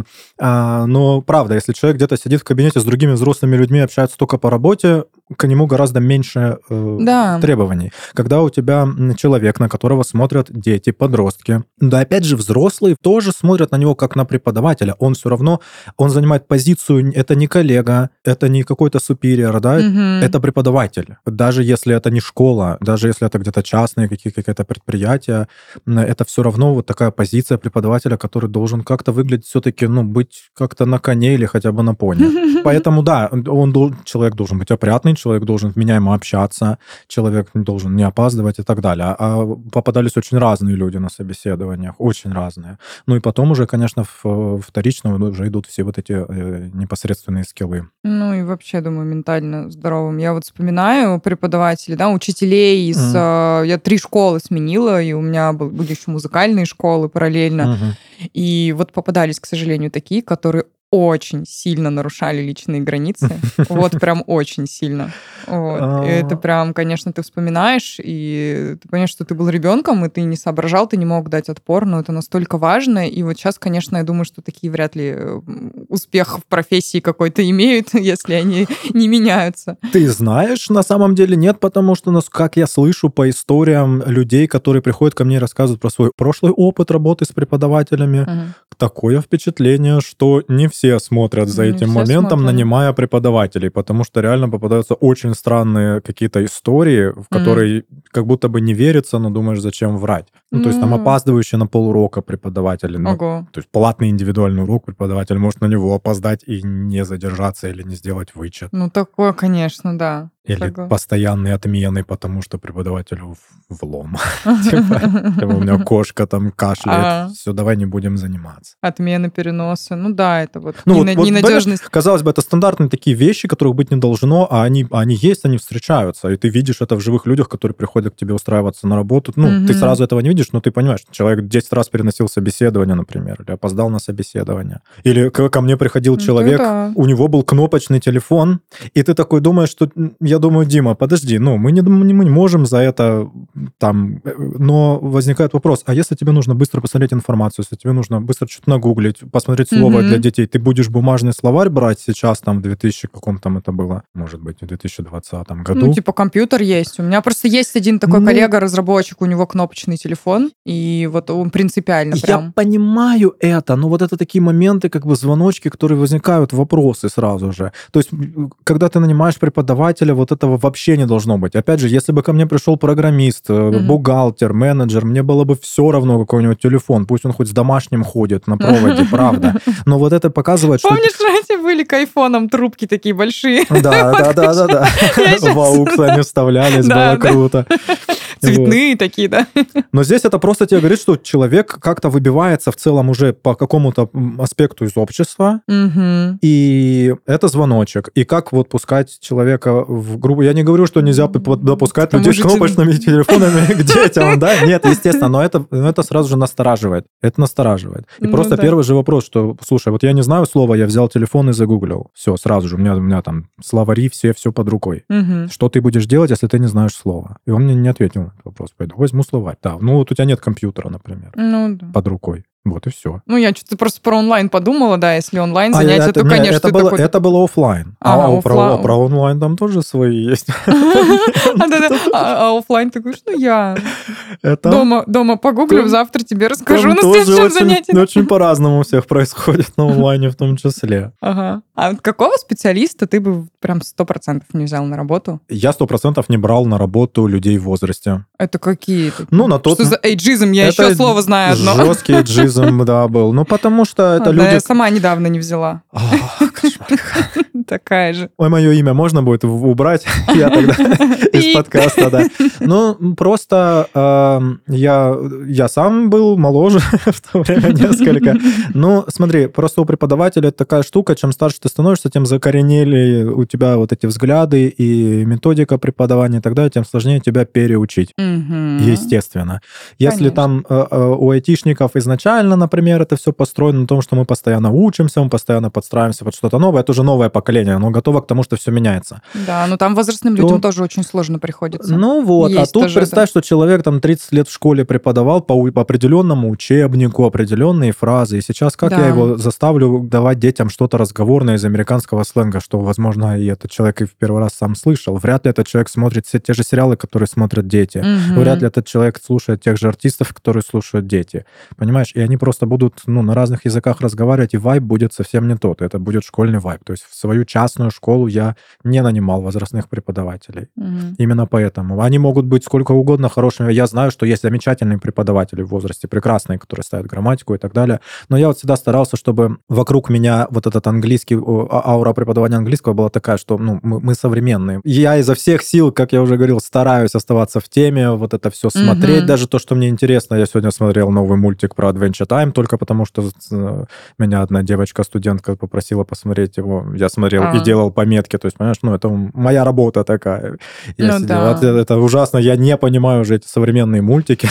Но правда, если человек где-то сидит в кабинете с другими взрослыми людьми, общается только по работе, к нему гораздо меньше требований. Когда у тебя человек, на которого смотрят дети, подростки, да, опять же, взрослые тоже смотрят на него как на преподавателя. Он все равно, он занимает позицию, это не коллега, это не какой-то супериор, да, это преподаватель. Даже если это не школа, даже если это где-то частные какие-то предприятия, это все равно вот такая позиция преподавателя, который должен как-то выглядеть все-таки, быть как-то на коне или хотя бы на пони. Поэтому, да, человек должен быть опрятный, человек должен вменяемо общаться, человек должен не опаздывать и так далее. А попадались очень разные люди на собеседованиях, очень разные. Ну и потом уже, конечно, вторично уже идут все вот эти непосредственные скиллы. Ну и вообще, думаю, ментально здоровым. Я вот вспоминаю преподавателей, да, учителей из... Я 3 школы сменила, и у меня были еще музыкальные школы параллельно. И вот попадались, к сожалению, такие, которые очень сильно нарушали личные границы. Вот прям очень сильно. Вот. И это прям, конечно, ты вспоминаешь, и ты понимаешь, что ты был ребенком, и ты не соображал, ты не мог дать отпор, но это настолько важно. И вот сейчас, конечно, я думаю, что такие вряд ли успех в профессии какой-то имеют, если они не меняются. Ты знаешь, на самом деле нет, потому что, как я слышу по историям людей, которые приходят ко мне и рассказывают про свой прошлый опыт работы с преподавателями, такое впечатление, что не все смотрят за этим моментом, нанимая преподавателей, потому что реально попадаются очень странные какие-то истории, в которые как будто бы не верится, но думаешь, зачем врать. То есть там опаздывающий на полурока преподаватель, то есть платный индивидуальный урок преподаватель может на него опоздать и не задержаться или не сделать вычет. Ну, такое, конечно, да. Или постоянные отмены, потому что преподавателю влом. Типа, у меня кошка там кашляет, все, давай не будем заниматься. Отмены, переносы. Ну да, это вот ненадежность. Казалось бы, это стандартные такие вещи, которых быть не должно, а они есть, они встречаются. И ты видишь это в живых людях, которые приходят к тебе устраиваться на работу. Ты сразу этого не видишь, но ты понимаешь, что человек 10 раз переносил собеседование, например, или опоздал на собеседование. Или ко мне приходил человек, у него был кнопочный телефон, и ты такой думаешь, что... Я думаю, Дима, подожди, мы не можем за это там... Но возникает вопрос, а если тебе нужно быстро посмотреть информацию, если тебе нужно быстро что-то нагуглить, посмотреть слово для детей, ты будешь бумажный словарь брать сейчас, там, в 2000 каком там это было? Может быть, в 2020 году? Типа компьютер есть. У меня просто есть один такой коллега-разработчик, у него кнопочный телефон, и вот он принципиально прям... Я понимаю это, но вот это такие моменты, как бы звоночки, которые возникают, вопросы сразу же. То есть, когда ты нанимаешь преподавателя, вот этого вообще не должно быть. Опять же, если бы ко мне пришел программист, бухгалтер, менеджер, мне было бы все равно, какой у него телефон. Пусть он хоть с домашним ходит на проводе, правда. Но вот это показывает, что... Помнишь, раньше были к айфонам трубки такие большие? Да. В аукс они вставлялись, было круто. Цветные такие, да? Но здесь это просто тебе говорит, что человек как-то выбивается в целом уже по какому-то аспекту из общества, и это звоночек. И как вот пускать человека в группу? Я не говорю, что нельзя допускать людей с кнопочными телефонами к детям, да? Нет, естественно, но это сразу же настораживает. Это настораживает. И просто первый же вопрос, что, слушай, вот я не знаю слова, я взял телефон и загуглил. Все, сразу же, у меня там словари, все под рукой. Что ты будешь делать, если ты не знаешь слова? И он мне не ответил на этот вопрос. Пойду возьму словарь. Да, ну вот у тебя нет компьютера, например, под рукой. Вот и все. Ну, я что-то просто про онлайн подумала, да, если онлайн занятия, то, конечно, это было офлайн. Про онлайн там тоже свои есть. А офлайн ты говоришь, я дома погуглю, завтра тебе расскажу на следующем занятии. Очень по-разному у всех происходит на онлайне в том числе. Ага. А какого специалиста ты бы прям 100% не взял на работу? Я 100% не брал на работу людей в возрасте. Это какие? Что за эйджизм? Я еще слово знаю одно. Жесткий эйджизм, да, был. Ну, потому что это люди... Я сама недавно не взяла. Кошмар. Такая же. Ой, мое имя можно будет убрать? Я тогда из подкаста, да. Ну, просто я сам был моложе в то время несколько. Ну, смотри, просто у преподавателя такая штука, чем старше ты становишься, тем закоренели у тебя вот эти взгляды и методика преподавания и так далее, тем сложнее тебя переучить. Естественно. Если там у айтишников изначально, например, это все построено на том, что мы постоянно учимся, мы постоянно подстраиваемся под что-то новое, это уже новое поколение, оно готово к тому, что все меняется. Да, но там возрастным людям тоже очень сложно приходится. Ну вот, а тут представь, что человек там 30 лет в школе преподавал по определенному учебнику, определенные фразы, и сейчас как я его заставлю давать детям что-то разговорное из американского сленга, что, возможно, и этот человек и в первый раз сам слышал. Вряд ли этот человек смотрит все те же сериалы, которые смотрят дети. Вряд ли этот человек слушает тех же артистов, которые слушают дети. Понимаешь? И они просто будут на разных языках разговаривать, и вайб будет совсем не тот. Это будет школьный вайб. То есть в свою частную школу я не нанимал возрастных преподавателей. Именно поэтому. Они могут быть сколько угодно хорошими. Я знаю, что есть замечательные преподаватели в возрасте, прекрасные, которые ставят грамматику и так далее. Но я вот всегда старался, чтобы вокруг меня вот этот английский, аура преподавания английского была такая, что мы современные. Я изо всех сил, как я уже говорил, стараюсь оставаться в теме, вот это все смотреть. Даже то, что мне интересно. Я сегодня смотрел новый мультик про Adventure Time, только потому что меня одна девочка-студентка попросила посмотреть его. Я смотрел и делал пометки. То есть, понимаешь, это моя работа такая. Это ужасно. Я не понимаю уже эти современные мультики.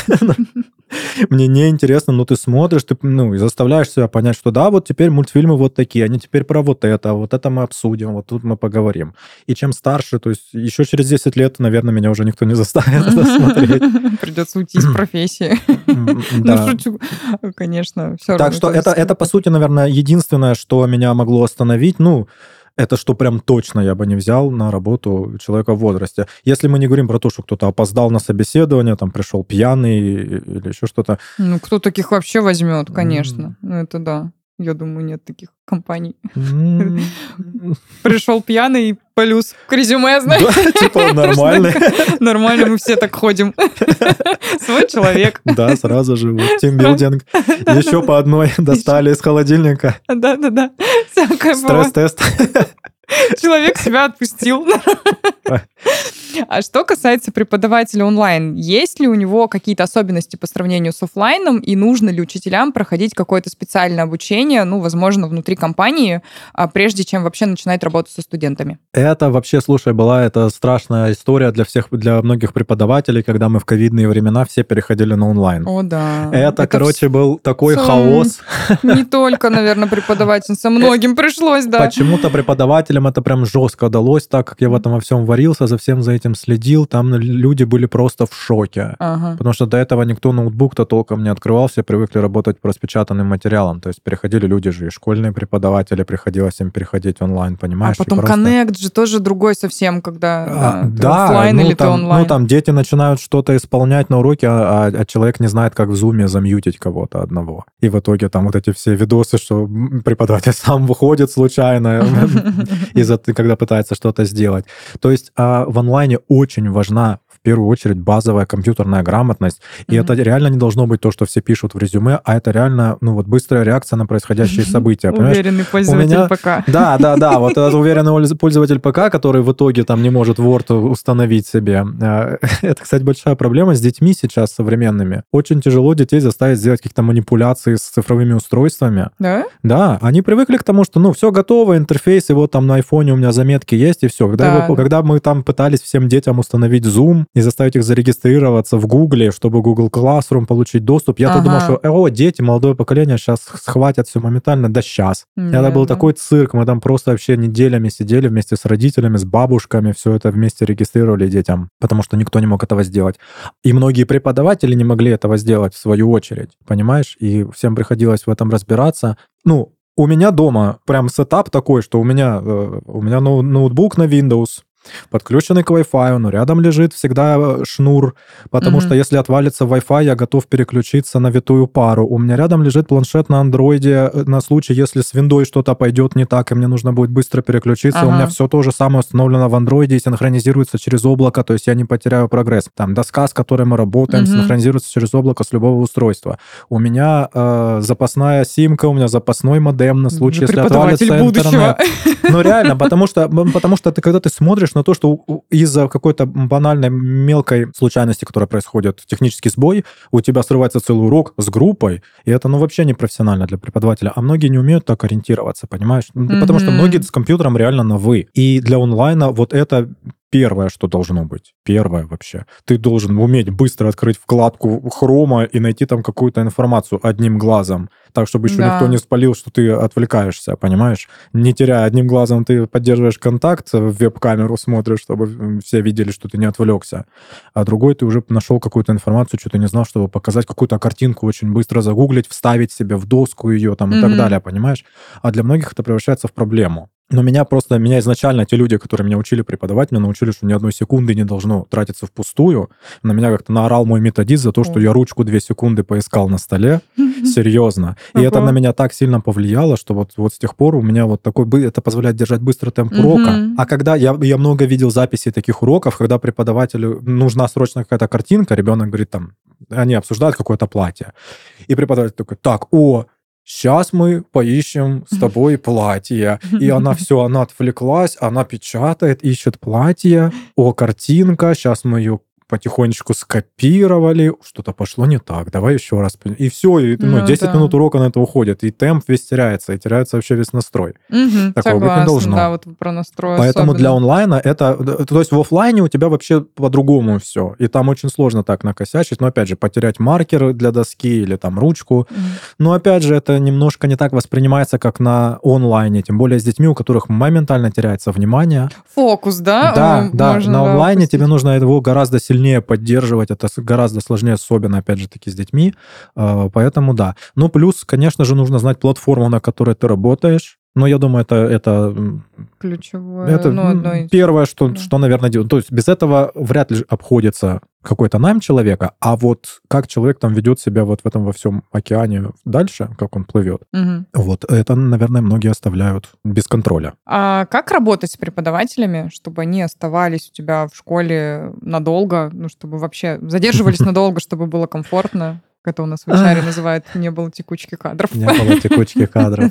Мне неинтересно, но ты смотришь, ты и заставляешь себя понять, что да, вот теперь мультфильмы вот такие, они теперь про вот это мы обсудим, вот тут мы поговорим. И чем старше, то есть еще через 10 лет, наверное, меня уже никто не заставит это смотреть. Придется уйти из профессии. Ну, шучу. Конечно, все равно. Так что это, по сути, наверное, единственное, что меня могло остановить, это что прям точно я бы не взял на работу человека в возрасте. Если мы не говорим про то, что кто-то опоздал на собеседование, там пришел пьяный или еще что-то. Ну, кто таких вообще возьмет, конечно. Это да. Я думаю, нет таких компаний. Пришел пьяный, плюс к резюме, знаешь. Да, типа нормальный. Нормально, мы все так ходим. Свой человек. Да, сразу же. Тимбилдинг. Еще по одной достали из холодильника. Да. Стресс-тест. Человек себя отпустил. А что касается преподавателя онлайн, есть ли у него какие-то особенности по сравнению с офлайном, и нужно ли учителям проходить какое-то специальное обучение, возможно, внутри компании, прежде чем вообще начинать работу со студентами? Это вообще, слушай, была это страшная история для многих преподавателей, когда мы в ковидные времена все переходили на онлайн. О, да. Это был такой хаос. Не только, наверное, преподавательницам, многим пришлось, да. Почему-то преподавателям это прям жестко далось, так как я в этом во всем варился, за всем за этим следил, там люди были просто в шоке. Потому что до этого никто ноутбук-то толком не открывал, все привыкли работать по распечатанным материалам. То есть переходили люди же, и школьные преподаватели, приходилось им переходить онлайн, понимаешь? А потом коннект же тоже другой совсем, когда ты да, офлайн или ты онлайн. Там дети начинают что-то исполнять на уроке, а человек не знает, как в зуме замьютить кого-то одного. И в итоге там вот эти все видосы, что преподаватель сам выходит случайно, когда пытается что-то сделать. То есть есть в онлайне очень важна в первую очередь базовая компьютерная грамотность, и это реально не должно быть то, что все пишут в резюме, а это реально, быстрая реакция на происходящие события. Уверенный пользователь ПК. Да, вот этот уверенный пользователь ПК, который в итоге там не может Word установить себе. Это, кстати, большая проблема с детьми сейчас современными. Очень тяжело детей заставить сделать какие-то манипуляции с цифровыми устройствами. Да? Да, они привыкли к тому, что, все готово, интерфейс, и вот там на айфоне у меня заметки есть, и все. Когда мы там пытались всем детям установить Zoom и заставить их зарегистрироваться в Гугле, чтобы Google Classroom получить доступ, я-то думал, что, дети, молодое поколение сейчас схватят все моментально. Да сейчас. Это был такой цирк, мы там просто вообще неделями сидели вместе с родителями, с бабушками, все это вместе регистрировали детям, потому что никто не мог этого сделать. И многие преподаватели не могли этого сделать в свою очередь, понимаешь? И всем приходилось в этом разбираться. У меня дома прям сетап такой, что у меня ноутбук на Windows, подключенный к Wi-Fi, но рядом лежит всегда шнур, потому что если отвалится Wi-Fi, я готов переключиться на витую пару. У меня рядом лежит планшет на андроиде на случай, если с Windows что-то пойдет не так, и мне нужно будет быстро переключиться. У меня все то же самое установлено в андроиде и синхронизируется через облако, то есть я не потеряю прогресс. Там доска, с которой мы работаем, синхронизируется через облако с любого устройства. У меня запасная симка, у меня запасной модем на случай, если отвалится интернет. Реально, потому что когда ты смотришь на то, что из-за какой-то банальной мелкой случайности, которая происходит, технический сбой, у тебя срывается целый урок с группой, и это, вообще не профессионально для преподавателя. А многие не умеют так ориентироваться, понимаешь? Потому что многие с компьютером реально на «вы». И для онлайна вот это первое, что должно быть. Первое вообще. Ты должен уметь быстро открыть вкладку хрома и найти там какую-то информацию одним глазом, так, чтобы еще никто не спалил, что ты отвлекаешься, понимаешь? Не теряя одним глазом, ты поддерживаешь контакт, в веб-камеру смотришь, чтобы все видели, что ты не отвлекся, а другой ты уже нашел какую-то информацию, что ты не знал, чтобы показать какую-то картинку, очень быстро загуглить, вставить себе в доску ее там и так далее, понимаешь? А для многих это превращается в проблему. Но меня изначально те люди, которые меня учили преподавать, меня научили, что ни одной секунды не должно тратиться впустую. На меня как-то наорал мой методист за то, что я ручку 2 секунды поискал на столе. Серьезно. И это на меня так сильно повлияло, что вот с тех пор у меня вот такой... Это позволяет держать быстрый темп урока. А когда я много видел записей таких уроков, когда преподавателю нужна срочно какая-то картинка, ребенок говорит там... Они обсуждают какое-то платье. И преподаватель такой, сейчас мы поищем с тобой платье. И она отвлеклась, она печатает, ищет платье. Картинка, сейчас мы ее потихонечку скопировали, что-то пошло не так, давай еще раз. И все, и, 10 минут урока на это уходит, и темп весь теряется, и теряется вообще весь настрой. Такого быть не должно. Да, вот про настрой Поэтому особенно. для онлайна это... То есть в офлайне у тебя вообще по-другому все, и там очень сложно так накосячить, но опять же, потерять маркер для доски или там ручку, но опять же, это немножко не так воспринимается, как на онлайне, тем более с детьми, у которых моментально теряется внимание. Фокус, да? Да, на онлайне тебе нужно его гораздо сильнее поддерживать, это гораздо сложнее, особенно, опять же, таки с детьми, поэтому да. Ну, плюс, конечно же, нужно знать платформу, на которой ты работаешь, но я думаю, это ключевое. Это первое, что, наверное, делать. То есть без этого вряд ли обходится какой-то найм человека, а вот как человек там ведет себя вот в этом во всем океане дальше, как он плывет, вот это, наверное, многие оставляют без контроля. А как работать с преподавателями, чтобы они оставались у тебя в школе надолго, чтобы вообще задерживались надолго, чтобы было комфортно? Это у нас в HR называют «не было текучки кадров». Не было текучки кадров.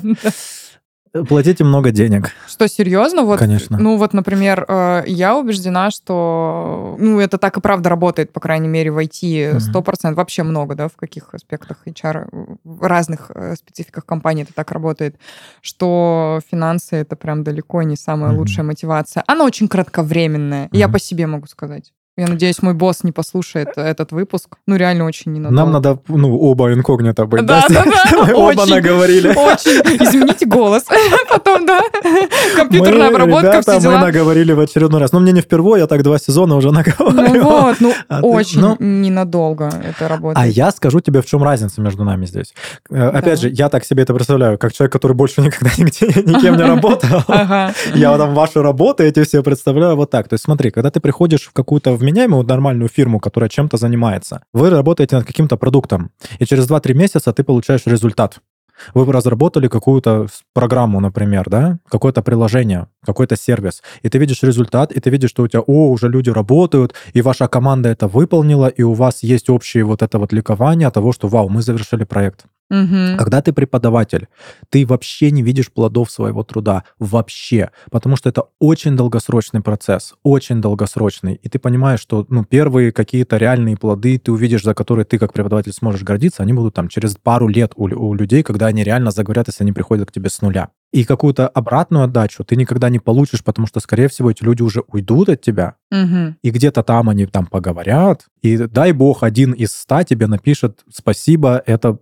Платите много денег. Что, серьезно? Конечно. Например, я убеждена, что это так и правда работает, по крайней мере, в IT 100%. Вообще много, да, в каких аспектах HR, в разных спецификах компании это так работает, что финансы — это прям далеко не самая лучшая мотивация. Она очень кратковременная, я по себе могу сказать. Я надеюсь, мой босс не послушает этот выпуск. Реально очень ненадолго. Нам надо, оба инкогнито быть, да? Оба наговорили. Очень. Измените голос. Потом, да, компьютерная обработка, все дела. Мы наговорили в очередной раз. Мне не впервые, я так 2 сезона уже наговорил. Очень ненадолго это работает. А я скажу тебе, в чем разница между нами здесь. Опять же, я так себе это представляю, как человек, который больше никогда никем не работал. Я там ваши работы эти все представляю вот так. То есть смотри, когда ты приходишь в какую-то вменяемую нормальную фирму, которая чем-то занимается, вы работаете над каким-то продуктом, и через 2-3 месяца ты получаешь результат. Вы разработали какую-то программу, например, да, какое-то приложение, какой-то сервис, и ты видишь результат, и ты видишь, что у тебя, уже люди работают, и ваша команда это выполнила, и у вас есть общее вот это вот ликование того, что, вау, мы завершили проект. Угу. Когда ты преподаватель, ты вообще не видишь плодов своего труда. Вообще. Потому что это очень долгосрочный процесс. Очень долгосрочный. И ты понимаешь, что первые какие-то реальные плоды ты увидишь, за которые ты как преподаватель сможешь гордиться, они будут там через пару лет у людей, когда они реально заговорят, если они приходят к тебе с нуля. И какую-то обратную отдачу ты никогда не получишь, потому что, скорее всего, эти люди уже уйдут от тебя, и где-то там они там поговорят, и дай бог 1 из 100 тебе напишет «спасибо,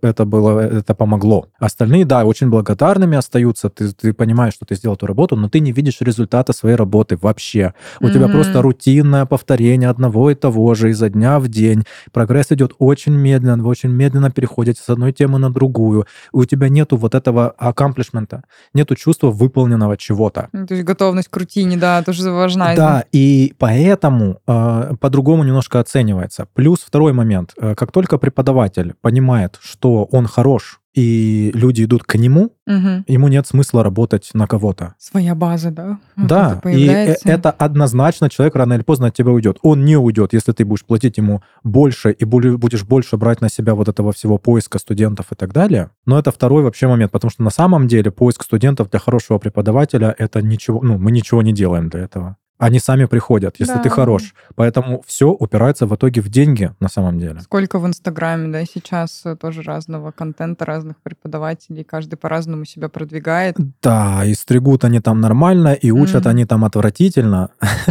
это помогло». Остальные, да, очень благодарными остаются, ты понимаешь, что ты сделал эту работу, но ты не видишь результата своей работы вообще. У тебя просто рутинное повторение одного и того же изо дня в день. Прогресс идет очень медленно, вы очень медленно переходите с одной темы на другую. У тебя нету вот этого accomplishment, нету чувства выполненного чего-то. То есть готовность к рутине, да, тоже важна. Да, и поэтому по-другому немножко оценивается. Плюс второй момент. Как только преподаватель понимает, что он хорош, и люди идут к нему, ему нет смысла работать на кого-то. Своя база, да? Да, и это однозначно человек рано или поздно от тебя уйдет. Он не уйдет, если ты будешь платить ему больше и будешь больше брать на себя вот этого всего поиска студентов и так далее. Но это второй вообще момент, потому что на самом деле поиск студентов для хорошего преподавателя — это ничего, мы ничего не делаем для этого. Они сами приходят, если ты хорош. Поэтому все упирается в итоге в деньги на самом деле. Сколько в Инстаграме, да, сейчас тоже разного контента, разных преподавателей, каждый по-разному себя продвигает. Да, и стригут они там нормально, и учат они там отвратительно,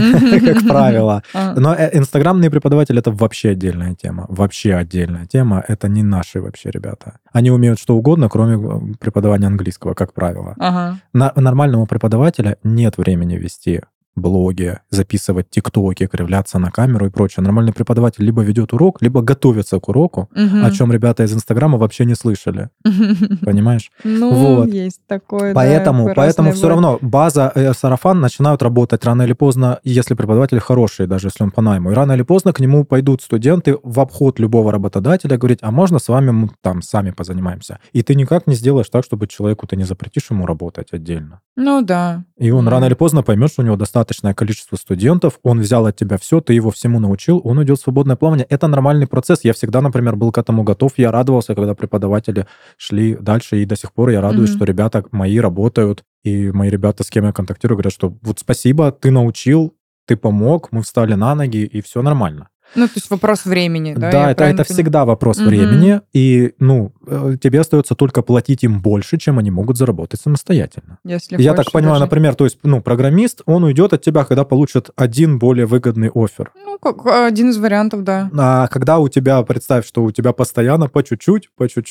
как правило. Но инстаграмные преподаватели — это вообще отдельная тема. Вообще отдельная тема. Это не наши вообще ребята. Они умеют что угодно, кроме преподавания английского, как правило. Нормальному преподавателя нет времени вести блоги, записывать тиктоки, кривляться на камеру и прочее. Нормальный преподаватель либо ведет урок, либо готовится к уроку, о чем ребята из Инстаграма вообще не слышали. Понимаешь? Есть такое. Поэтому все равно база, сарафан начинают работать рано или поздно, если преподаватель хороший, даже если он по найму. И рано или поздно к нему пойдут студенты в обход любого работодателя говорить: а можно с вами мы там сами позанимаемся? И ты никак не сделаешь так, чтобы человеку ты не запретишь ему работать отдельно. Да. И он рано или поздно поймет, что у него достаточное количество студентов, он взял от тебя все, ты его всему научил, он уйдет в свободное плавание. Это нормальный процесс. Я всегда, например, был к этому готов. Я радовался, когда преподаватели шли дальше, и до сих пор я радуюсь, что ребята мои работают, и мои ребята, с кем я контактирую, говорят, что вот спасибо, ты научил, ты помог, мы встали на ноги, и все нормально. То есть вопрос времени, да? Да, это всегда вопрос времени, и, тебе остается только платить им больше, чем они могут заработать самостоятельно. Я так понимаю, например, то есть, программист, он уйдет от тебя, когда получит один более выгодный оффер. Как один из вариантов, да. А когда у тебя, представь, что у тебя постоянно по чуть-чуть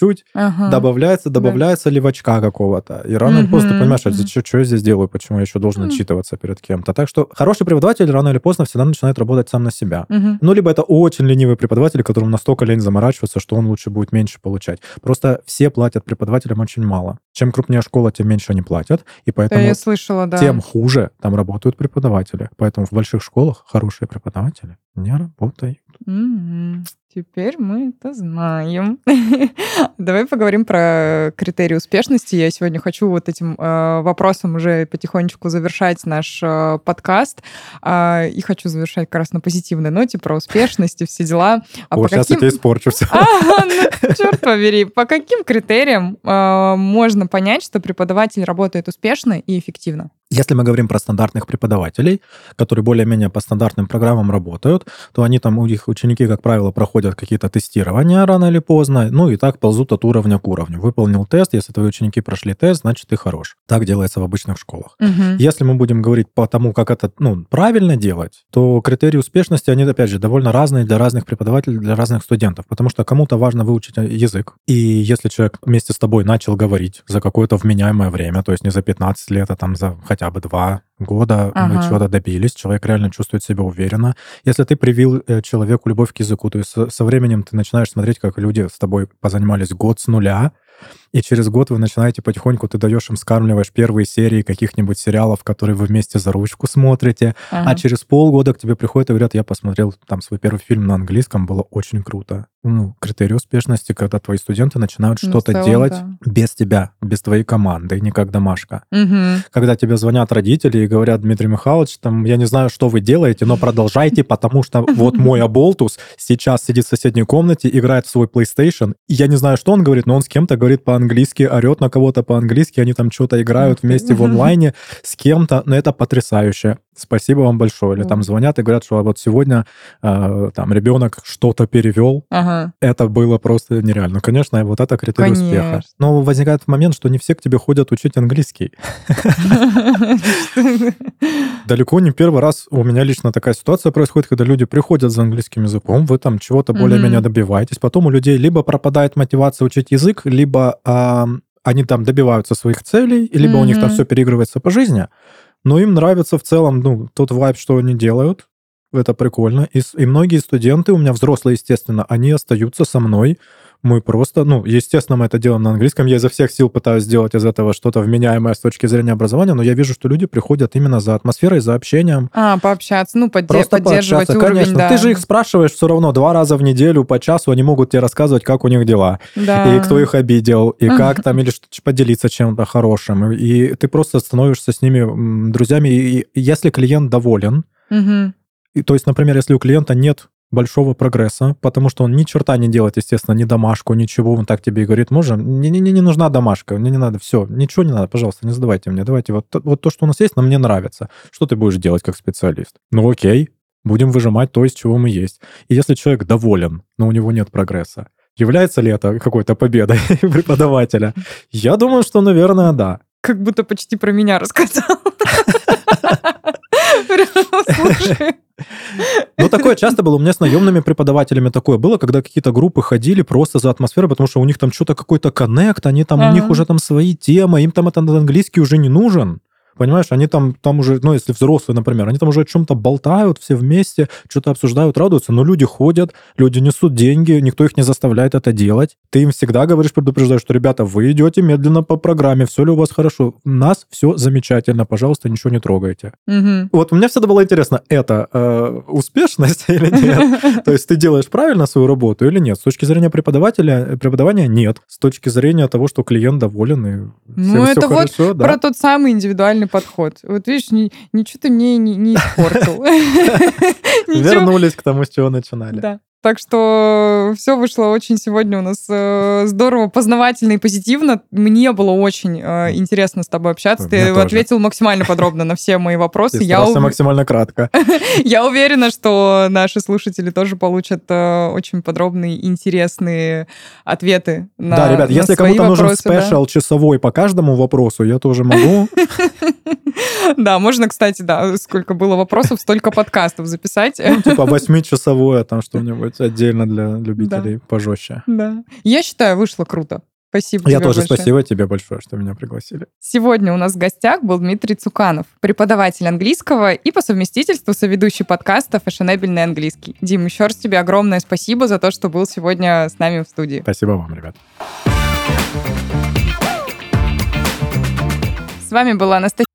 добавляется левачка какого-то, и рано или поздно ты понимаешь, что я здесь делаю, почему я еще должен отчитываться перед кем-то. Так что хороший преподаватель рано или поздно всегда начинает работать сам на себя. Либо это очень ленивый преподаватель, которому настолько лень заморачиваться, что он лучше будет меньше получать. Просто все платят преподавателям очень мало. Чем крупнее школа, тем меньше они платят, и поэтому я слышала, да. Тем хуже там работают преподаватели. Поэтому в больших школах хорошие преподаватели не работают. Теперь мы это знаем. Давай поговорим про критерии успешности. Я сегодня хочу вот этим вопросом уже потихонечку завершать наш подкаст. И хочу завершать как раз на позитивной ноте про успешность и все дела. Сейчас я тебе испорчу все. Черт побери. По каким критериям можно понять, что преподаватель работает успешно и эффективно? Если мы говорим про стандартных преподавателей, которые более-менее по стандартным программам работают, то они там, у них ученики, как правило, проходят какие-то тестирования рано или поздно, и так ползут от уровня к уровню. Выполнил тест, если твои ученики прошли тест, значит, ты хорош. Так делается в обычных школах. Если мы будем говорить по тому, как это правильно делать, то критерии успешности, они, опять же, довольно разные для разных преподавателей, для разных студентов, потому что кому-то важно выучить язык, и если человек вместе с тобой начал говорить за какое-то вменяемое время, то есть не за 15 лет, а там за хотя бы 2 года мы чего-то добились, человек реально чувствует себя уверенно. Если ты привил человеку любовь к языку, то есть со временем ты начинаешь смотреть, как люди с тобой позанимались год с нуля, и через год вы начинаете потихоньку, ты даешь им, скармливаешь первые серии каких-нибудь сериалов, которые вы вместе за ручку смотрите, а через полгода к тебе приходят и говорят, я посмотрел там свой первый фильм на английском, было очень круто. Критерий успешности, когда твои студенты начинают что-то делать без тебя, без твоей команды, не как домашка. Когда тебе звонят родители и говорят, Дмитрий Михайлович, там, я не знаю, что вы делаете, но продолжайте, потому что вот мой оболтус сейчас сидит в соседней комнате, играет в свой PlayStation, и я не знаю, что он говорит, но он с кем-то говорит по-английски, орет на кого-то по-английски, они там что-то играют вместе в онлайне с кем-то, но это потрясающе. Спасибо вам большое. Или там звонят и говорят, что вот сегодня там ребенок что-то перевел. Это было просто нереально. Конечно, вот это критерий успеха. Но возникает момент, что не все к тебе ходят учить английский. Далеко не первый раз у меня лично такая ситуация происходит, когда люди приходят за английским языком, вы там чего-то более-менее добиваетесь, потом у людей либо пропадает мотивация учить язык, либо они там добиваются своих целей, либо у них там все переигрывается по жизни, но им нравится в целом, тот вайб, что они делают. Это прикольно. И многие студенты, у меня взрослые, естественно, они остаются со мной. Мы просто, естественно, мы это делаем на английском. Я изо всех сил пытаюсь сделать из этого что-то вменяемое с точки зрения образования, но я вижу, что люди приходят именно за атмосферой, за общением. Пообщаться, просто поддерживать уровень, конечно. Да. Ты же их спрашиваешь все равно 2 раза в неделю по часу, они могут тебе рассказывать, как у них дела, и кто их обидел, и как там, или поделиться чем-то хорошим. И ты просто становишься с ними друзьями. И если клиент доволен, то есть, например, если у клиента нет большого прогресса, потому что он ни черта не делает, естественно, ни домашку, ничего, он так тебе и говорит, не нужна домашка, мне не надо, все, ничего не надо, пожалуйста, не задавайте мне, давайте вот то, что у нас есть, но мне нравится. Что ты будешь делать как специалист? Окей, будем выжимать то, из чего мы есть. И если человек доволен, но у него нет прогресса, является ли это какой-то победой преподавателя? Я думаю, что, наверное, да. Как будто почти про меня рассказал. Слушай. Такое часто было у меня с наемными преподавателями. Такое было, когда какие-то группы ходили просто за атмосферой, потому что у них там что-то какой-то коннект, они там, у них уже там свои темы, им там этот английский уже не нужен. Понимаешь, они там уже, если взрослые, например, они там уже о чем-то болтают все вместе, что-то обсуждают, радуются, но люди ходят, люди несут деньги, никто их не заставляет это делать. Ты им всегда говоришь, предупреждаешь, что, ребята, вы идете медленно по программе, все ли у вас хорошо, у нас все замечательно, пожалуйста, ничего не трогайте. Вот у меня всегда было интересно, это успешность или нет? То есть ты делаешь правильно свою работу или нет? С точки зрения преподавания нет. С точки зрения того, что клиент доволен и всем все хорошо. Вот про тот самый индивидуальный подход. Вот видишь, ничего ты мне не испортил. Вернулись к тому, с чего начинали. Да. Так что все вышло очень сегодня у нас здорово, познавательно и позитивно. Мне было очень интересно с тобой общаться. Ты ответил максимально подробно на все мои вопросы. Ты старался максимально кратко. Я уверена, что наши слушатели тоже получат очень подробные, интересные ответы на свои вопросы. Да, ребят, если кому-то нужен спешл часовой по каждому вопросу, я тоже могу. Да, можно, кстати, сколько было вопросов, столько подкастов записать. 8-часовое, там что-нибудь отдельно для любителей пожестче. Да. Я считаю, вышло круто. Спасибо тебе большое. Спасибо тебе большое, что меня пригласили. Сегодня у нас в гостях был Дмитрий Цуканов, преподаватель английского и по совместительству соведущий подкаста «Фashionableный английский». Дим, еще раз тебе огромное спасибо за то, что был сегодня с нами в студии. Спасибо вам, ребят. С вами была Анастасия